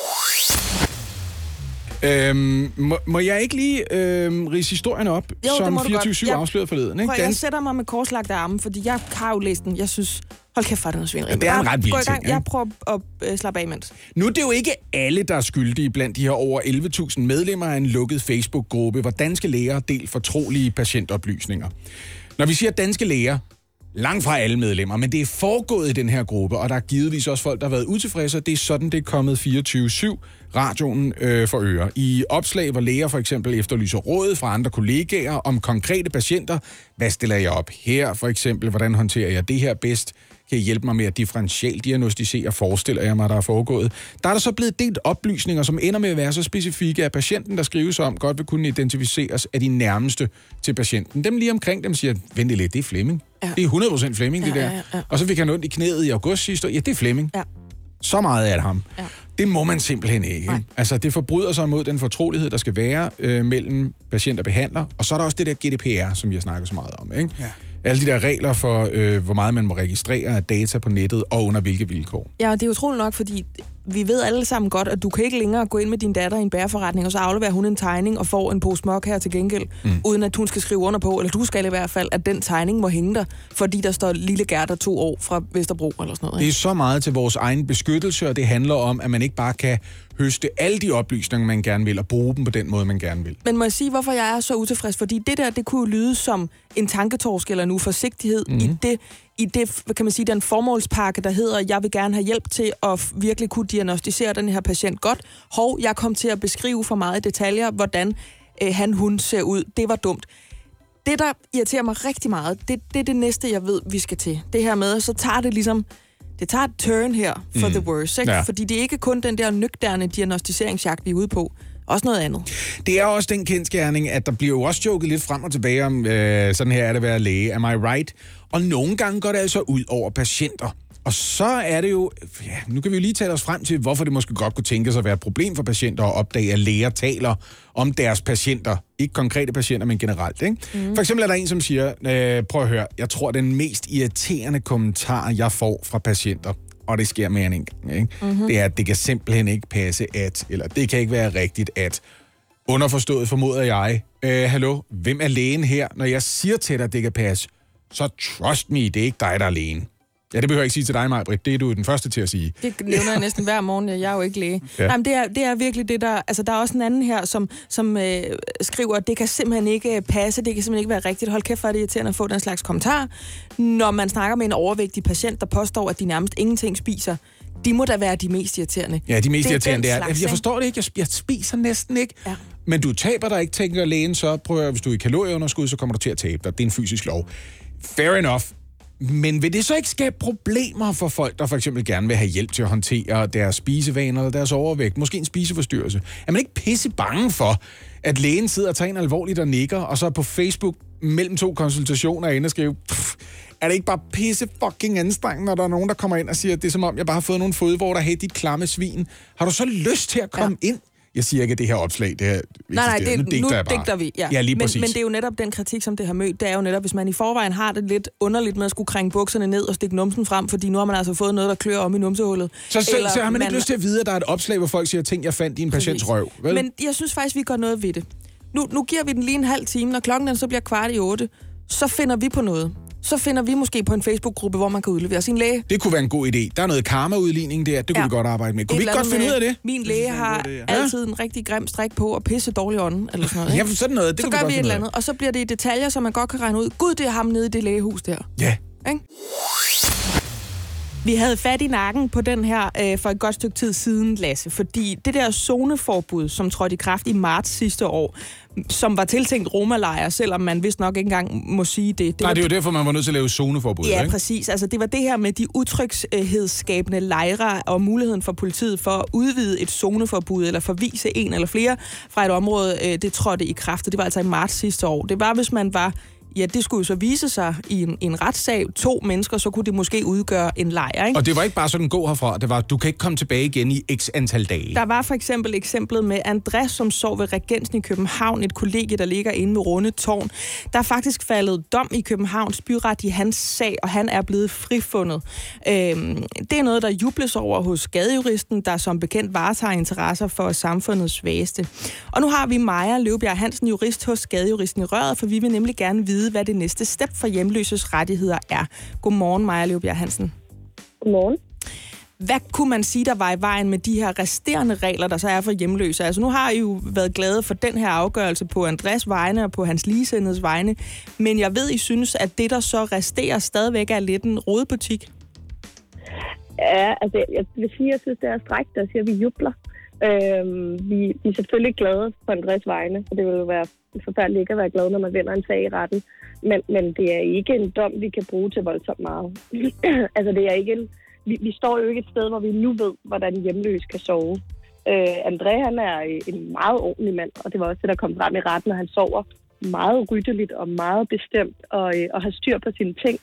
Må jeg ikke lige ridse historien op, jo, som 24/7 afsløret forleden? Ikke? Jeg sætter mig med korslagte arme, fordi jeg har jo læst den. Jeg synes, hold kæft, for det noget svineri. Det er en ret vild ting. Jeg prøver at slappe af imens. Nu er det jo ikke alle, der er skyldige blandt de her over 11.000 medlemmer af en lukket Facebook-gruppe, hvor danske læger har delt fortrolige patientoplysninger. Når vi siger danske læger, langt fra alle medlemmer, men det er foregået i den her gruppe, og der er givetvis også folk, der har været utilfredse, og det er sådan, det er kommet 24/7 radioen for øre. I opslag, hvor læger for eksempel efterlyser råd fra andre kollegaer om konkrete patienter. Hvad stiller jeg op her for eksempel? Hvordan håndterer jeg det her bedst? Kan I hjælpe mig med at differentialdiagnostisere, forestiller jeg mig, der er foregået. Der er der så blevet delt oplysninger, som ender med at være så specifikke, at patienten, der skrives om, godt vil kunne identificeres af de nærmeste til patienten. Dem lige omkring dem siger, vent lidt, det er Flemming. Ja. Det er 100% Flemming, det der. Ja. Og så fik han ondt i knæet i august sidste år. Ja, det er Flemming. Ja. så meget af ham. Ja. Det må man simpelthen ikke. Nej. Altså, det forbryder sig mod den fortrolighed, der skal være mellem patient og behandler. Og så er der også det der GDPR, som vi har snakket så meget om. Ikke? Ja. Alle de der regler for, hvor meget man må registrere data på nettet, og under hvilke vilkår. Ja, det er utroligt nok, fordi vi ved alle sammen godt, at du kan ikke længere gå ind med din datter i en bæreforretning, og så afleverer hun en tegning og får en pose mok her til gengæld, uden at hun skal skrive under på, eller du skal i hvert fald, at den tegning må hænge der, fordi der står lille Gerda 2 år fra Vesterbro eller sådan noget. Ikke? Det er så meget til vores egen beskyttelse, og det handler om, at man ikke bare kan høste alle de oplysninger, man gerne vil, og bruge dem på den måde, man gerne vil. Men må jeg sige, hvorfor jeg er så utilfreds? Fordi det der, det kunne jo lyde som en tanketorsk eller en uforsigtighed i det, kan man sige, den formålspakke, der hedder, jeg vil gerne have hjælp til at virkelig kunne diagnostisere den her patient godt. Jeg kom til at beskrive for meget detaljer, hvordan hun ser ud. Det var dumt. Det, der irriterer mig rigtig meget, det er det næste, jeg ved, vi skal til. Det her med, så tager det ligesom... Det tager et turn her for the worst, ikke? Ja. Fordi det er ikke kun den der nøgterne diagnostiseringsjagt, vi er ude på. Også noget andet. Det er også den kendsgerning, at der bliver jo også joket lidt frem og tilbage om, sådan her er det at være læge, am I right? Og nogle gange går det altså ud over patienter. Og så er det jo, nu kan vi jo lige tale os frem til, hvorfor det måske godt kunne tænkes at være et problem for patienter at opdage, at læger taler om deres patienter. Ikke konkrete patienter, men generelt. Ikke? For eksempel er der en, som siger, prøv at høre, jeg tror, den mest irriterende kommentar, jeg får fra patienter, og det sker mere end en gang, ikke? Det er, at det kan simpelthen ikke passe at, eller det kan ikke være rigtigt at, underforstået formoder jeg, hallo, hvem er lægen her? Når jeg siger til dig, at det kan passe, så trust me, det er ikke dig, der er lægen. Ja, det behøver jeg ikke sige til dig, Maj-Britt. Det er du den første til at sige. Det nævner jeg næsten hver morgen. Jeg er jo ikke læge. Ja. Nej, men det er virkelig det, der... Altså, der er også en anden her, som skriver, at det kan simpelthen ikke passe, det kan simpelthen ikke være rigtigt. Hold kæft, for det irriterende at få den slags kommentar. Når man snakker med en overvægtig patient, der påstår, at de nærmest ingenting spiser, de må da være de mest irriterende. Ja, de mest irriterende, det er... Jeg forstår det ikke. Jeg spiser næsten ikke. Ja. Men du taber dig ikke, tænker lægen, så prøver, hvis du er i kalorieunderskud, så kommer du til at tabe dig. Det er en fysisk lov. Fair enough. Men vil det så ikke skabe problemer for folk, der for eksempel gerne vil have hjælp til at håndtere deres spisevaner eller deres overvægt, måske en spiseforstyrrelse? Er man ikke pisse bange for, at lægen sidder og tager en alvorligt og nikker, og så på Facebook mellem 2 konsultationer inde og skriver, er det ikke bare pisse fucking anstrengende, når der er nogen, der kommer ind og siger, at det er som om, jeg bare har fået nogle fodvorter, hey, dit klamme svin. Har du så lyst til at komme ind? Jeg siger ikke, at det her opslag, det her... Nej, nu digter vi. Ja. Ja, lige præcis. Men det er jo netop den kritik, som det har mødt. Det er jo netop, hvis man i forvejen har det lidt underligt med at skulle krænge bukserne ned og stikke numsen frem, fordi nu har man altså fået noget, der klør om i numsehullet. Så har man ikke lyst til at vide, at der er et opslag, hvor folk siger, ting, jeg fandt i en patients røv. Vel? Men jeg synes faktisk, vi gør noget ved det. Nu giver vi den lige en halv time, når klokken den så bliver 7:15, så finder vi på noget. Så finder vi måske på en Facebook-gruppe, hvor man kan udlevere sin læge. Det kunne være en god idé. Der er noget karma-udligning der, det kunne vi godt arbejde med. Kunne vi ikke godt finde ud af det? Min læge har altid en rigtig grim strik på og pisse dårlig ånden, eller sådan noget. Ja, sådan noget. Det så gør vi et eller andet, og så bliver det i detaljer, så man godt kan regne ud. Gud, det er ham nede i det lægehus der. Ja. Ikke? Vi havde fat i nakken på den her for et godt stykke tid siden, Lasse, fordi det der zoneforbud, som trådte i kraft i marts sidste år, som var tiltænkt romalejre, selvom man vist nok ikke engang må sige det. Nej, det er jo derfor, man var nødt til at lave zoneforbud. Ja, ikke? Præcis. Altså, det var det her med de utryghedsskabende lejre og muligheden for politiet for at udvide et zoneforbud eller forvise en eller flere fra et område, det trådte i kraft. Det var altså i marts sidste år. Det var, hvis man var... Ja, det skulle jo så vise sig i en retssag. 2 mennesker, så kunne det måske udgøre en lejr, ikke? Og det var ikke bare sådan, gå herfra. Det var, du kan ikke komme tilbage igen i x antal dage. Der var for eksempel eksemplet med Andreas, som sov ved Regensen i København, et kollegie, der ligger inde ved Runde Tårn. Der er faktisk faldet dom i Københavns byret i hans sag, og han er blevet frifundet. Det er noget, der jubles over hos Gadejuristen, der som bekendt varetager interesser for samfundets svageste. Og nu har vi Maja Løvbjerg Hansen, jurist hos Gadejuristen i røret, for vi vil nemlig gerne vide, hvad det næste step for hjemløses rettigheder er. Godmorgen, Maja Løvbjerg Hansen. Godmorgen. Hvad kunne man sige, der var i vejen med de her resterende regler, der så er for hjemløse? Altså nu har I jo været glade for den her afgørelse på Andreas vegne og på hans ligesindedes vegne, men jeg ved, I synes, at det, der så resterer, stadigvæk er lidt en rodebutik. Ja, altså jeg vil sige, at jeg synes, det er strækt, der siger, at vi jubler. Vi er selvfølgelig glade for Andreas vegne, for det vil jo være forfærdeligt ikke at være glad, når man vinder en sag i retten. Men det er ikke en dom, vi kan bruge til voldsomt meget. Altså det er ikke vi står jo ikke et sted, hvor vi nu ved, hvordan hjemløs kan sove. André, han er en meget ordentlig mand, og det var også det, der kom frem i retten, at han sover meget ryddeligt og meget bestemt og har styr på sine ting.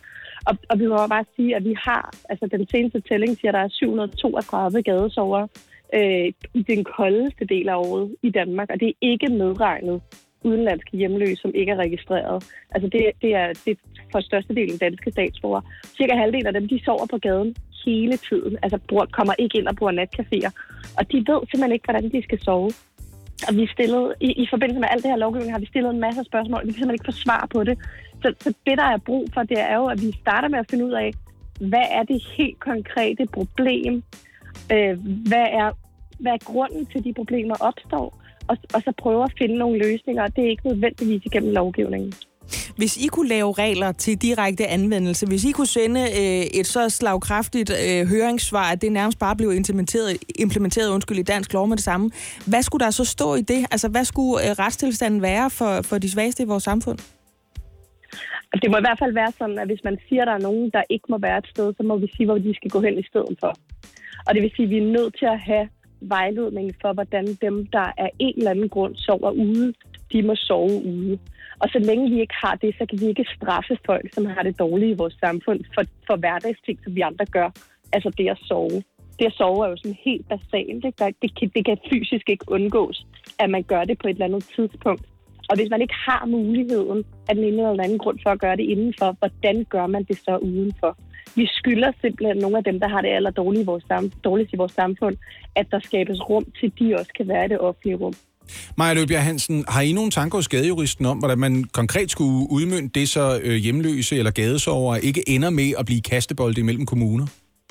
Og vi må bare sige, at vi har, altså den seneste tælling siger, at der er 732 gadesovere i den koldeste del af året i Danmark, og det er ikke medregnet udenlandske hjemløse, som ikke er registreret. Altså det er for størstedelen danske statsborgere. Cirka halvdelen af dem, de sover på gaden hele tiden. Altså kommer ikke ind og bruger natcaféer. Og de ved simpelthen ikke, hvordan de skal sove. Og vi stillede, i forbindelse med alt det her lovgivning, har vi stillet en masse af spørgsmål, og vi kan simpelthen ikke få svar på det. Så det, der er brug for, det er jo, at vi starter med at finde ud af, hvad er det helt konkrete problem? Hvad er grunden til, de problemer opstår? Og så prøve at finde nogle løsninger, og det er ikke nødvendigvis igennem lovgivningen. Hvis I kunne lave regler til direkte anvendelse, hvis I kunne sende et så slagkraftigt høringssvar, at det nærmest bare blev implementeret i dansk lov med det samme, hvad skulle der så stå i det? Altså, hvad skulle retstilstanden være for de svageste i vores samfund? Det må i hvert fald være sådan, at hvis man siger, at der er nogen, der ikke må være et sted, så må vi sige, hvor de skal gå hen i stedet for. Og det vil sige, at vi er nødt til at have vejledning for, hvordan dem, der af en eller anden grund sover ude, de må sove ude. Og så længe vi ikke har det, så kan vi ikke straffe folk, som har det dårligt i vores samfund, for hverdagsting, som vi andre gør. Altså det at sove. Det at sove er jo sådan helt basalt. Det kan fysisk ikke undgås, at man gør det på et eller andet tidspunkt. Og hvis man ikke har muligheden af den ene eller anden grund for at gøre det indenfor, hvordan gør man det så udenfor? Vi skylder simpelthen nogle af dem, der har det aller dårligst i vores samfund, at der skabes rum til, de også kan være i det offentlige rum. Maja Løbjerg Hansen, har I nogle tanker hos Gadejuristen om, hvordan man konkret skulle udmønte det, så hjemløse eller gadesovere ikke ender med at blive kastebolde imellem kommuner?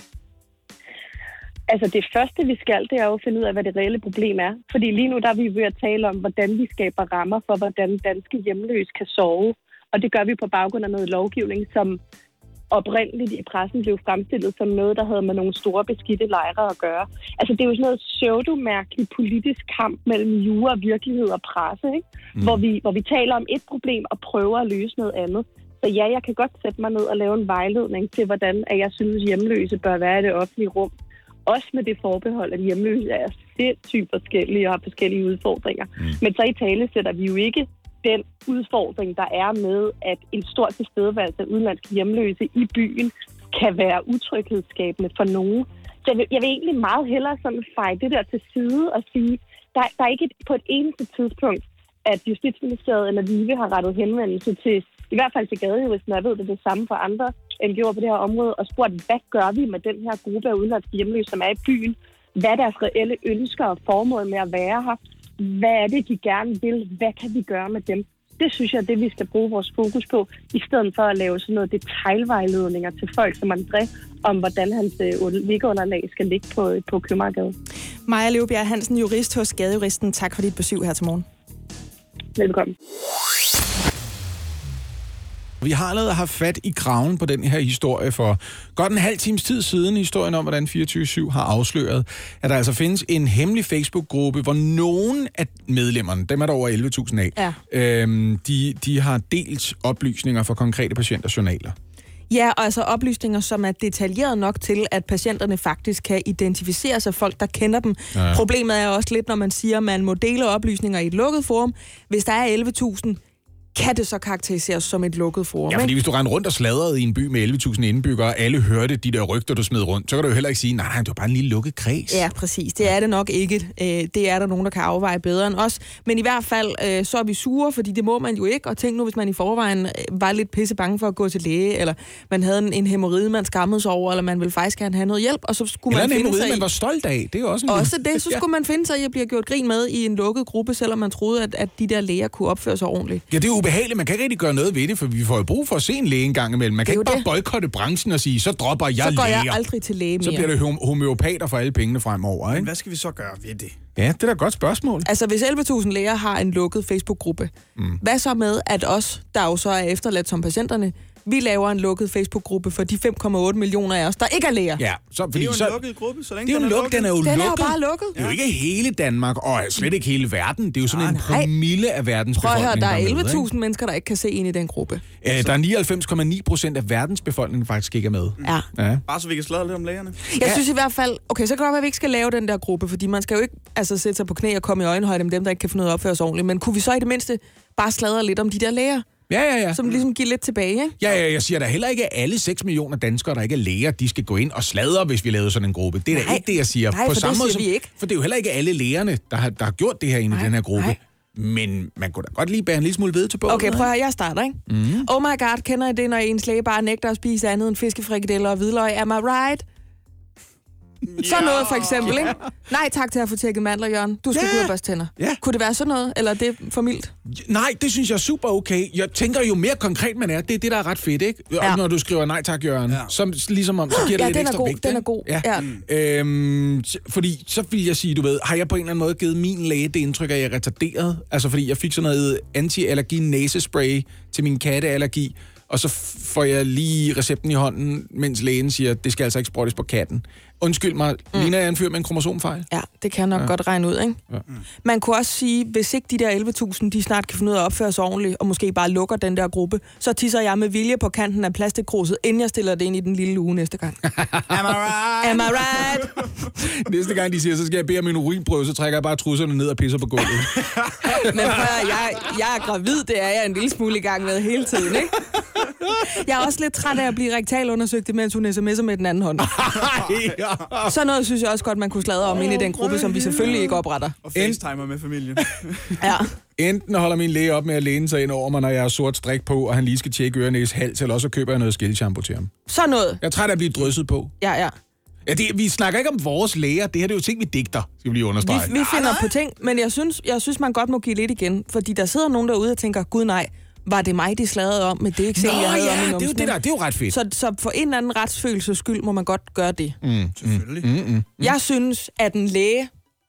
Altså det første, vi skal, det er jo at finde ud af, hvad det reelle problem er. Fordi lige nu der er vi ved at tale om, hvordan vi skaber rammer for, hvordan danske hjemløse kan sove. Og det gør vi på baggrund af noget lovgivning, som oprindeligt i pressen blev fremstillet som noget, der havde med nogle store beskidte lejre at gøre. Altså det er jo sådan noget pseudomærkeligt politisk kamp mellem jura, virkelighed og presse, ikke? Hvor vi taler om et problem og prøver at løse noget andet. Så ja, jeg kan godt sætte mig ned og lave en vejledning til, hvordan at jeg synes, hjemløse bør være i det offentlige rum. Også med det forbehold, at hjemløse er sindssygt forskellige og har forskellige udfordringer. Men så i tale sætter vi jo ikke den udfordring, der er med, at en stor tilstedeværelse af udenlandske hjemløse i byen kan være utryghedsskabende for nogen. Så jeg vil egentlig meget hellere sådan feje det der til side og sige, der er ikke på et eneste tidspunkt, at Justitsministeriet eller VIVE har rettet henvendelse til, i hvert fald til Gadejuristen, og jeg ved det samme for andre NGO'er på det her område, og spurgt, hvad gør vi med den her gruppe af udenlandske hjemløse, som er i byen? Hvad er deres reelle ønsker og formål med at være her? Hvad er det, de gerne vil? Hvad kan vi gøre med dem? Det synes jeg er det, vi skal bruge vores fokus på, i stedet for at lave sådan noget detailvejledninger til folk som André, om hvordan hans liggeunderlag skal ligge på Købmagergade. Maja Løbjerg Hansen, jurist hos Gadejuristen. Tak for dit besøg her til morgen. Velkommen. Vi har allerede haft fat i kraven på den her historie for godt en halv times tid siden. Historien om, hvordan 24/7 har afsløret, at der altså findes en hemmelig Facebook-gruppe, hvor nogen af medlemmerne, dem er der over 11.000 af, de har delt oplysninger for konkrete patienters journaler. Ja, og altså oplysninger, som er detaljeret nok til, at patienterne faktisk kan identificere sig, folk, der kender dem. Ja. Problemet er også lidt, når man siger, at man må dele oplysninger i et lukket forum. Hvis der er 11.000, kan det så karakteriseres som et lukket forum? Ja, fordi hvis du render rundt og sladrede i en by med 11.000 indbyggere, og alle hørte de der rygter, du smed rundt, så kan du jo heller ikke sige, nej, det var bare en lille lukket kreds. Ja, præcis. Det er det nok ikke. Det er der nogen, der kan afveje bedre end os. Men i hvert fald, så er vi sure, fordi det må man jo ikke. Og tænk nu, hvis man i forvejen var lidt pisse bange for at gå til læge, eller man havde en hæmoride, man skammede sig over, eller man ville faktisk gerne have noget hjælp, og så skulle man finde sig man var stolt af. Det er jo også en også det, så skulle man finde sig i at blive gjort grin med i en lukket gruppe, selvom man troede, at de der læger kunne opføre sig ordentligt. Ja, det er ubehageligt. Man kan ikke rigtig gøre noget ved det, for vi får jo brug for at se en læge en gang imellem. Man kan ikke bare boykotte branchen og sige, så dropper jeg læger. Så går jeg aldrig til læge mere. Så bliver det homeopater for alle pengene fremover, ikke? Men hvad skal vi så gøre ved det? Ja, det er da et godt spørgsmål. Altså, hvis 11.000 læger har en lukket Facebook-gruppe, hvad så med, at os, der jo så er efterladt som patienterne, vi laver en lukket Facebook-gruppe for de 5,8 millioner af os, der ikke er læger. Ja, så, fordi det er jo en lukket gruppe, så længe den er lukket. Den er jo bare lukket. Det er jo ikke hele Danmark, og slet ikke hele verden. Det er jo sådan en promille af verdens befolkning. Prøv at høre, der er 11.000 mennesker, der ikke kan se ind i den gruppe. Der er 99,9% af verdens befolkning, der faktisk ikke er med. Ja. Bare så vi kan sladre lidt om lægerne. Jeg synes i hvert fald, okay, så kan det godt være, at vi ikke skal lave den der gruppe, fordi man skal jo ikke sætte sig på knæ og komme i øjenhøjde med dem, der ikke kan finde noget at opføre sig ordentligt. Men kunne vi så i det mindste bare sladre lidt om de der læger? Ja. Som ligesom giver lidt tilbage, ikke? Ja, jeg siger da heller ikke, at alle 6 millioner danskere, der ikke er læger, de skal gå ind og sladre, hvis vi lavede sådan en gruppe. Det er da ikke det, jeg siger. Nej, på for samme det måde, siger vi ikke. For det er jo heller ikke alle lægerne, der har gjort det her inde i den her gruppe. Nej. Men man kunne da godt lige bære en lille smule ved til bogen. Okay, prøv at høre, jeg starter, ikke? Oh my god, kender I det, når ens læge bare nægter at spise andet end fiskefrikadeller og hvidløg? Am I right? Sådan noget for eksempel, ikke? Nej tak til at få tjekket mandler, Jørgen. Du skal gå ud og børste tænder. Ja. Kunne det være sådan noget, eller er det for mildt? Nej, det synes jeg er super okay. Jeg tænker, jo mere konkret man er, det er det, der er ret fedt, ikke? Og når du skriver nej tak, Jørgen, så ligesom om, så giver det lidt ekstra vægt. Den er god, Ja. Fordi, så vil jeg sige, du ved, har jeg på en eller anden måde givet min læge det indtryk, at jeg er retarderet? Altså, fordi jeg fik sådan noget anti-allergi næsespray til min katteallergi, og så får jeg lige recepten i hånden, mens lægen siger, at det skal altså ikke sprøjtes på katten. Undskyld mig, ligner jeg en fyr med en kromosomfejl? Ja, det kan jeg nok godt regne ud, ikke? Ja. Man kunne også sige, hvis ikke de der 11.000, de snart kan finde ud af at opføre sig ordentligt, og måske bare lukker den der gruppe, så tisser jeg med vilje på kanten af plastikkruset, inden jeg stiller det ind i den lille uge næste gang. Am I right? Am I right? Næste gang de siger, så skal jeg bede om en urinprøve, så trækker jeg bare trusserne ned og pisser på gulvet. Men prøv at, jeg er gravid, det er jeg en lille smule i gang med hele tiden, ikke? Jeg er også lidt træt af at blive rektalundersøgt, mens hun sms'er med den anden hånd. Så noget synes jeg også godt, man kunne sladre om ind i den gruppe, som vi selvfølgelig ikke opretter. Og facetimer med familien. Ja. Enten holder min læge op med at læne sig ind over mig, når jeg har sort strik på, og han lige skal tjekke øre, næse, hals, eller også køber jeg noget skældshampoo til ham. Så noget. Jeg er træt af at blive drysset på. Ja. Ja, vi snakker ikke om vores læger. Det her det er jo ting, vi digter, skal vi lige understrege. Vi finder på ting, men jeg synes, man godt må give lidt igen. Fordi der sidder nogen derude og tænker, gud nej, var det mig, de sladrede om med det eksempel, jeg havde om i numsen? Det er jo ret fedt. Så for en eller anden retsfølelses skyld må man godt gøre det. Selvfølgelig. Jeg synes, at en læge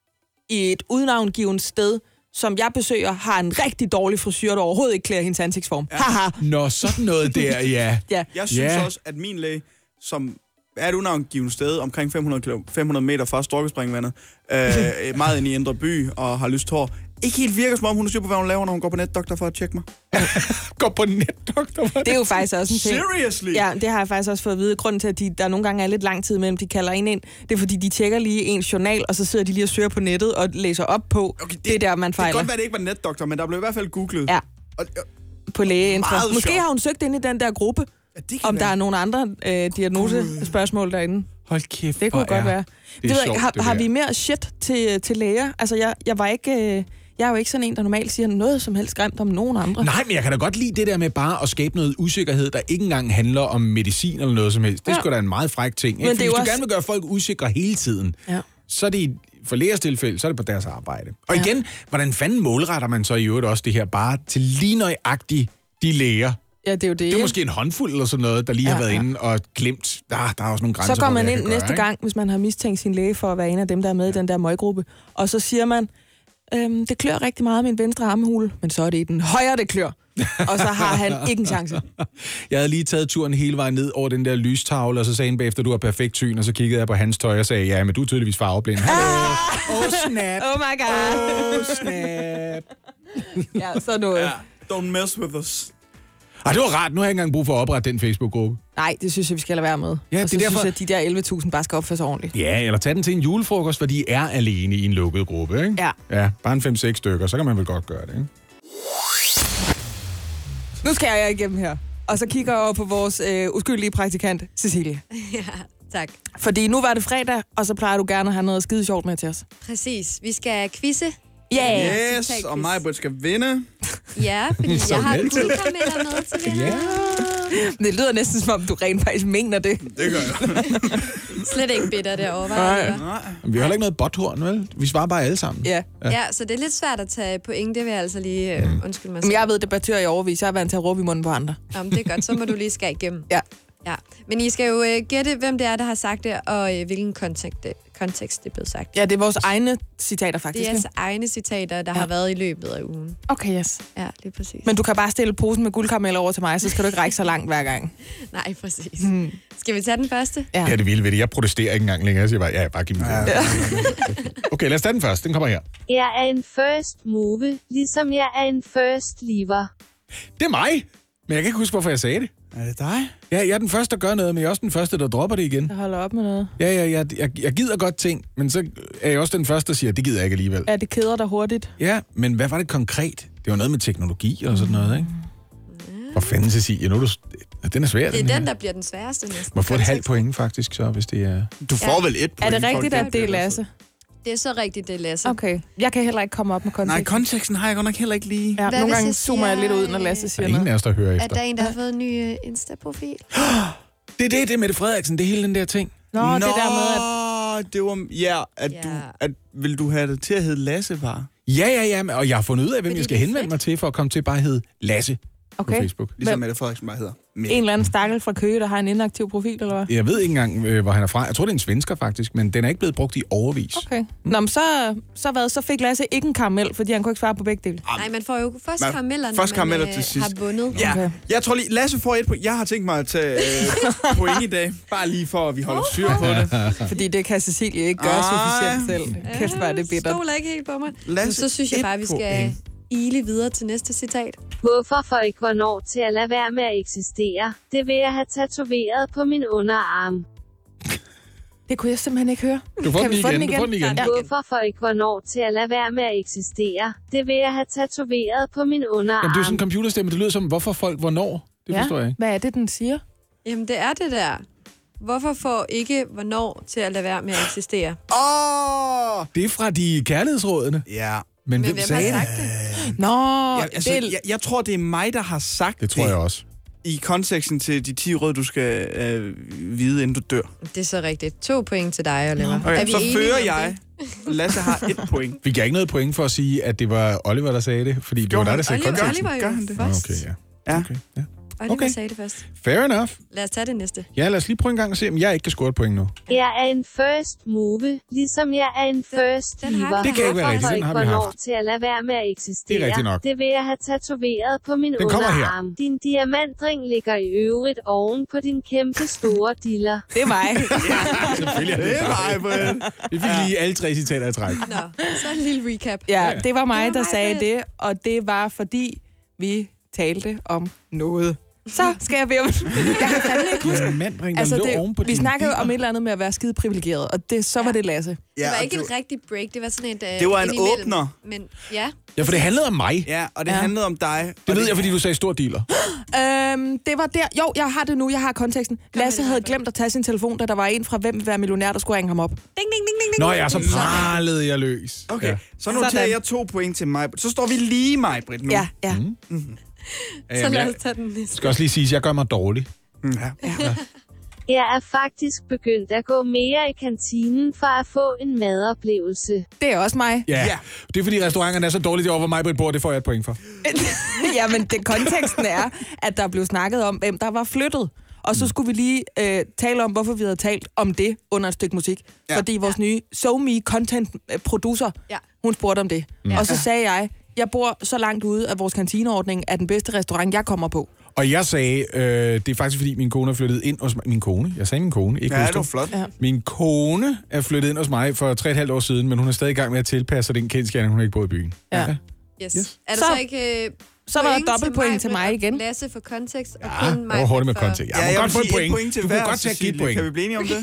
i et udnavngivet sted, som jeg besøger, har en rigtig dårlig frisyr, der overhovedet ikke klæder hendes ansigtsform. Haha. Nå, sådan noget der, ja. Jeg synes også, at min læge, som er et unavngivet sted omkring 500 meter fra Storkespringvandet, meget inde i Indre By og har lyst hår, ikke helt virker, som om hun er styr på, hvad hun laver, når hun går på netdoktor for at tjekke mig. Går på netdoktor? Det er jo faktisk også en ting. Seriously? Ja, det har jeg faktisk også fået at vide. Grunden til, at der nogle gange er lidt lang tid mellem, de kalder en ind, det er, fordi de tjekker lige ens journal, og så sidder de lige og søger på nettet og læser op på. Okay, det er der, man fejler. Det kan godt være, det ikke var netdoktor, men der blev i hvert fald googlet. Ja. På lægeinfo. Måske sjovt. har hun søgt ind i den der gruppe, om der er nogle andre diagnosespørgsmål derinde. Hold kæft, det kunne godt være. Det er sjovt, har vi mere shit til læger? Altså, jeg var ikke... Jeg er jo ikke sådan en, der normalt siger noget som helst grimt om nogen andre. Nej, men jeg kan da godt lide det der med bare at skabe noget usikkerhed, der ikke engang handler om medicin eller noget som helst. Det er sgu da en meget fræk ting. Ikke? Hvis du gerne vil gøre folk usikre hele tiden, så er det for lægers tilfælde, så er det på deres arbejde. Og igen, hvordan fanden målretter man så i øvrigt også det her bare til lige nøjagtigt de læger? Ja, det er jo det. Det er måske en håndfuld eller sådan noget, der lige har været inde og glemt. Der er også nogle grænser. Så går man ind næste gang, hvis man har mistænkt sin læge for at være en af dem, der er med i den der møggruppe. Og så siger man, det klør rigtig meget min venstre armhule, men så er det i den højre, det klør. Og så har han ikke en chance. Jeg havde lige taget turen hele vejen ned over den der lystavle, og så sagde han bagefter, du har perfekt syn, og så kiggede jeg på hans tøj og sagde, ja, men du er tydeligvis farveblind. Snap. Oh my god. Snap. Ja, så noget. Don't mess with us. Det var rart. Nu har jeg ikke engang brug for at oprette den Facebook-gruppe. Nej, det synes jeg, vi skal lade være med. Ja, og så synes jeg, at de der 11.000 bare skal opføre sig ordentligt. Ja, eller tage den til en julefrokost, hvor de er alene i en lukket gruppe, ikke? Ja, bare en 5-6 stykker, så kan man vel godt gøre det, ikke? Nu skal jeg igennem her. Og så kigger jeg over på vores uskyldige praktikant, Cecilie. Ja, tak. Fordi nu var det fredag, og så plejer du gerne at have noget skide sjovt med til os. Præcis. Vi skal quizze. Yeah. Yes, og Maj-Brit skal vinde. Ja, fordi jeg har guldkarameller med til det her. Det lyder næsten som om, du rent faktisk mener det. Det gør jeg. Slet ikke bitter derovre, var Vi har heller ikke noget botthorn, vel? Vi svarer bare alle sammen. Ja, så det er lidt svært at tage point, det vil jeg altså lige undskylde mig selv. Men jeg ved debattør i overvis, jeg er vant til at råbe i munden på andre. Jamen, det er godt, så må du lige skære igennem. Ja. Men I skal jo gætte, hvem det er, der har sagt det, og hvilken kontekst det er blevet sagt. Ja, det er vores egne citater, faktisk. Det er altså egne citater, der har været i løbet af ugen. Okay, yes. Ja, lige præcis. Men du kan bare stille posen med guldkarameller over til mig, så skal du ikke række så langt hver gang. Nej, præcis. Skal vi tage den første? Ja, det vil ved det. Jeg protesterer ikke engang længere. Jeg siger bare, bare giv mig det. Okay, lad os tage den først. Den kommer her. Jeg er en first move, ligesom jeg er en first lever. Det er mig! Men jeg kan ikke huske, hvorfor jeg sagde det. Er det dig? Ja, jeg er den første, der gør noget, men jeg er også den første, der dropper det igen. Jeg holder op med noget. Ja, jeg gider godt ting, men så er jeg også den første, der siger, det gider jeg ikke alligevel. Ja, det keder dig hurtigt. Ja, men hvad var det konkret? Det var noget med teknologi og sådan noget, ikke? Hvor fanden, Cecilie? Nu er den er svær, Det er her. den, der bliver den sværeste næsten. Man får et halvt point faktisk, så hvis det er... Du får vel et point. Er det rigtigt, at det er Lasse? Det er så rigtigt, det er Lasse. Okay. Jeg kan heller ikke komme op med konteksten. Nej, konteksten har jeg godt nok heller ikke lige. Ja, Hvad nogle hvis gange jeg zoomer jeg lidt ud, når Lasse Der siger er ingen af noget. os, der hører At efter. der er en, der har fået en ny Insta-profil. Det er Mette Frederiksen. Det er hele den der ting. Nå, det der med, at... det var... Ja, vil du have det til at hedde Lasse bare? Ja, og jeg har fundet ud af, hvem jeg skal henvende mig til, for at komme til bare at hedde Lasse på Okay. Facebook. Ligesom Mette Frederiksen bare hedder. En eller anden stakkel fra Køge, der har en inaktiv profil, eller hvad? Jeg ved ikke engang, hvor han er fra. Jeg tror, det er en svensker faktisk, men den er ikke blevet brugt i overvis. Okay. Nå, men så fik Lasse ikke en karamel, fordi han kunne ikke svare på begge dele. Nej, man får jo først karameller, Først når man karameller til sidst. har vundet. Ja, Okay. jeg tror lige, Lasse får et point. Jeg har tænkt mig at tage point i dag. Bare lige for, at vi holder styr på det. Fordi det kan Cecilie ikke gøre sufficient selv. Kæft, hvor er det bitter. Stoler ikke helt på mig. Lasse, Så synes jeg bare, vi skal point. ile videre til næste citat. Hvorfor får ikke hvornår til at lade være med at eksistere? Det vil jeg have tatoveret på min underarm. Det kunne jeg simpelthen ikke høre. Du får Kan den vi få igen. Du får den igen. Ja. Hvorfor får ikke hvornår til at lade være med at eksistere? Det vil jeg have tatoveret på min underarm. Jamen, det er jo sådan en computerstemme. Det lyder som, hvorfor folk, hvornår. Det forstår jeg ikke. Hvad er det, den siger? Jamen, det er det der. Hvorfor får ikke hvornår til at lade være med at eksistere? Det er fra de kærlighedsrådene. Ja. Men Men hvem hvem sagde har det? sagt det? Nå, Ja, altså, jeg tror, det er mig, der har sagt Det tror jeg også. i konteksten til de 10 råd, du skal vide, inden du dør. Det er så rigtigt. 2 point til dig, Oliver. Okay, Er vi så enige fører om jeg. Lasse har 1 point. Vi gav ikke noget point for at sige, at det var Oliver, der sagde det, fordi det var dig, der sagde konteksten. Oliver Gør jo han det? først. Okay, ja. Ja. Okay, ja. Oliver Okay. sagde det først. Fair enough. Lad os tage det næste. Ja, lad os lige prøve en gang og se, om jeg ikke kan score et point nu. Jeg er en first move, ligesom jeg er en first den har giver. vi. Det kan ikke være rigtigt. Hvorfor Den ikke har vi hvornår haft. til at lade være med at eksistere? Det er rigtigt nok. Det vil jeg have tatoveret på min Den kommer her. underarm. Din diamantring ligger i øvrigt oven på din kæmpe store diller. det er mig. Selvfølgelig er Det er mig, Brian. Vi fik lige alle 3 citater i træk. Nå, så en lille recap. Ja, det var mig, Det var der mig, sagde Brian. det, og det var fordi, vi talte om noget. Så skal jeg bede om... Jeg kan fandme ikke huske. Diamantring, der Altså, lå oven på vi din snakkede jo biler. om et eller andet med at være skide privilegeret, og så var det Lasse. Det Ja, var og ikke et rigtigt break, det var sådan et... Det var en indimellem. åbner. Men ja, Ja, for det handlede om mig. Ja, og det handlede om dig. Det ved jeg, fordi du sagde stor dealer. Det var der... Jo, jeg har det nu, jeg har konteksten. Lasse havde glemt at tage sin telefon, da der var en fra Hvem vil være millionær, der skulle ringe ham op. ding, ding, ding, ding, ding. Nå ja, så pralede jeg løs. Okay, Ja. så noterer Sådan. jeg 2 point til mig. Så står vi lige mig, Britt, nu. Ja. Så Jamen, lad os jeg tage den næste. skal også lige sige, at jeg gør mig dårlig. Ja. Jeg er faktisk begyndt at gå mere i kantinen for at få en madoplevelse. Det er også mig. Ja. Det er fordi restauranterne er så dårlige derovre, hvor mig på et bord, det får jeg et point for. Jamen, konteksten er, at der blev snakket om, hvem der var flyttet. Og så skulle vi lige tale om, hvorfor vi havde talt om det under et stykke musik. Ja. Fordi vores nye SoMe content producer, hun spurgte om det. Og så sagde jeg bor så langt ude, at vores kantineordning er den bedste restaurant, jeg kommer på. Og jeg sagde, det er faktisk fordi min kone er flyttet ind hos mig. Min kone? Jeg sagde min kone, ikke Ja, hos det var flot. Ja. Min kone er flyttet ind hos mig for 3,5 år siden, men hun er stadig i gang med at tilpasse sig den kendskærning, hun har ikke boet i byen. Ja. Yes. Yes. Er der Så- så ikke... Så var der dobbeltpoint til mig igen. Lasse for kontekst, og Ja, kun mig det var hurtigt med for... kontekst. Ja, Jeg må jeg godt vil få et sige point. point til Du kan hver, godt tage et Cecilie. point. Kan vi blive enige om det?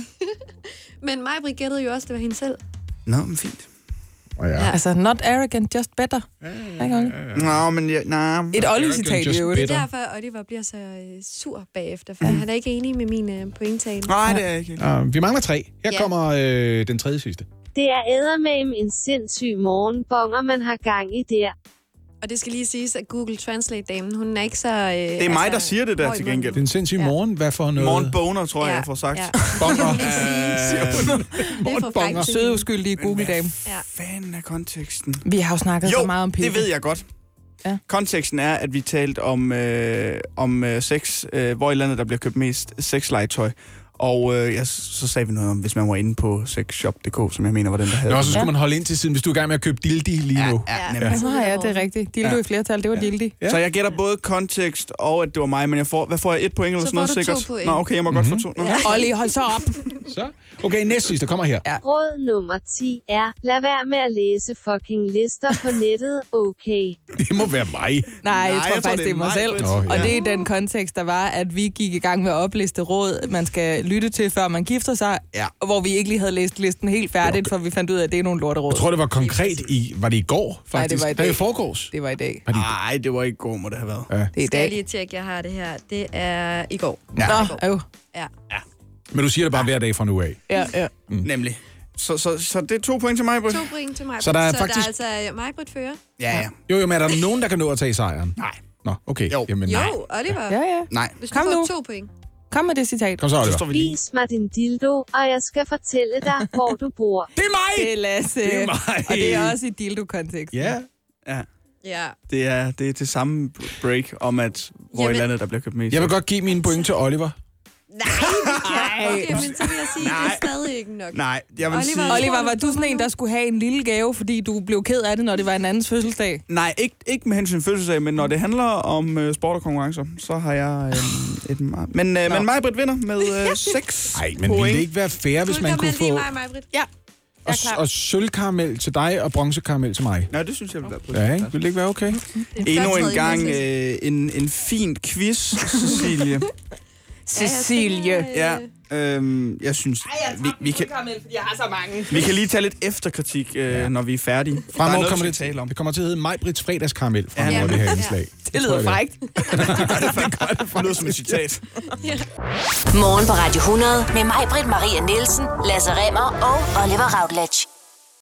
Men mig gættede jo også, det var hende selv. Nå, men fint. Ja. Altså, not arrogant, just better. Ikke, Olli? Nå, men Et Olli-citat i øvrigt. Det er derfor, at Oliver bliver så sur bagefter, for han er ikke enig med min pointtale. Nej, det er jeg ikke. Vi mangler 3. Her Ja. kommer den tredje sidste. Det er eddermame en sindssyg morgenbonger, man har gang i der. Og det skal lige siges, at Google Translate-damen, hun er ikke så... Det er mig, der siger det der til gengæld. Det er en sindssyg morgen. Hvad for noget? Morgenboner, tror jeg, jeg får sagt. Bonger. Morgenbonger. Søde, uskyldige Google-dame. Fanden af konteksten. Vi har jo snakket så meget om penge. det ved jeg godt. Ja. Konteksten er, at vi talte om sex, hvor i landet der bliver købt mest sexlegetøj. Og så sagde vi noget om, hvis man var inde på sexshop.dk, som jeg mener var den, der havde. Nå, så skulle man holde ind til siden, hvis du er i gang med at købe dildi lige nu. Ja, Ja, det er rigtigt. Dildo i flertal, det var dildi. Så jeg gætter både kontekst og, at det var mig, men hvad får jeg? 1 point eller Så sådan noget får du 2 sikkert? point. Nå, okay, jeg må godt få 2. Nå. Olli, hold så op. Så. Okay, næste sidste kommer her. Ja. Råd nummer 10 er, lad være med at læse fucking lister på nettet, okay? Det må være mig. Nej, jeg tror faktisk, det er mig selv. Nå, ja. Og det er den kontekst, der var, at vi gik i gang med at opliste råd, man skal lytte til, før man gifter sig, Ja. og hvor vi ikke lige havde læst listen helt færdigt, for vi fandt ud af, at det er nogle lorteråd. Jeg tror, det var konkret var det i går, faktisk? Nej, det var i dag. Det var i forgårs. Det var i dag. Nej, det var i går, må det have været. Ja. Det er i Skal jeg dag. lige tjekke, jeg har det her. Det er i går. Nå, Ja. Men du siger det bare hver dag fra nu af. Ja. Nemlig. Så det er 2 point til mig, Britt. 2 point til mig. Så der er så faktisk- der er altså mig, Britt, fører. Ja. Jo, men er der nogen, der kan nå at tage sejren? Nej. Nå, okay. Jo. Jamen, Jo, nej. Oliver. Ja. Nej. Hvis du Kom får nu. 2 point. Kom med det citat. Kom så, Så Oliver. står vi lige. Vis mig din dildo, og jeg skal fortælle dig, hvor du bor. Det er mig! Det er Lasse. Det er mig. Og det er også i dildo-kontekst. Ja. Ja. Ja. Det er det samme break om, at hvor i Jamen- landet, der bliver købt mest. Jeg vil godt give mine point til Oliver. Nej, okay, men så vil jeg sige, det Nej. er stadig ikke nok. Nej, jeg vil Oliver. sige... Oliver, var du sådan en, der skulle have en lille gave, fordi du blev ked af det, når det var en andens fødselsdag? Nej, ikke med hensyn til fødselsdag, men når det handler om sport og konkurrencer, så har jeg et... Men Maj-Britt vinder med 6 Nej, men ville det ikke være fair, hvis man kunne få... Maj-Britt. Ja. Og sølvkaramel til dig, og bronzekaramel til mig. Nej, det synes jeg vil være på. Ja, ikke? Vil det ikke være okay? Endnu en gang en fin quiz, Cecilie. Cecilie. Ja, jeg synes, vi kan... fordi jeg har så mange. Vi kan lige tage lidt efterkritik, når vi er færdige. Der er Fremover noget, kommer vi det, skal tale om. det kommer til at hedde Maj-Brits fredagskaramel fremover, Ja. det her indslag. Det lyder frækt. Det lyder som et citat. Morgen på Radio 100 med Maj-Britt Maria Nielsen, Lasse Remmer og Oliver Routledge.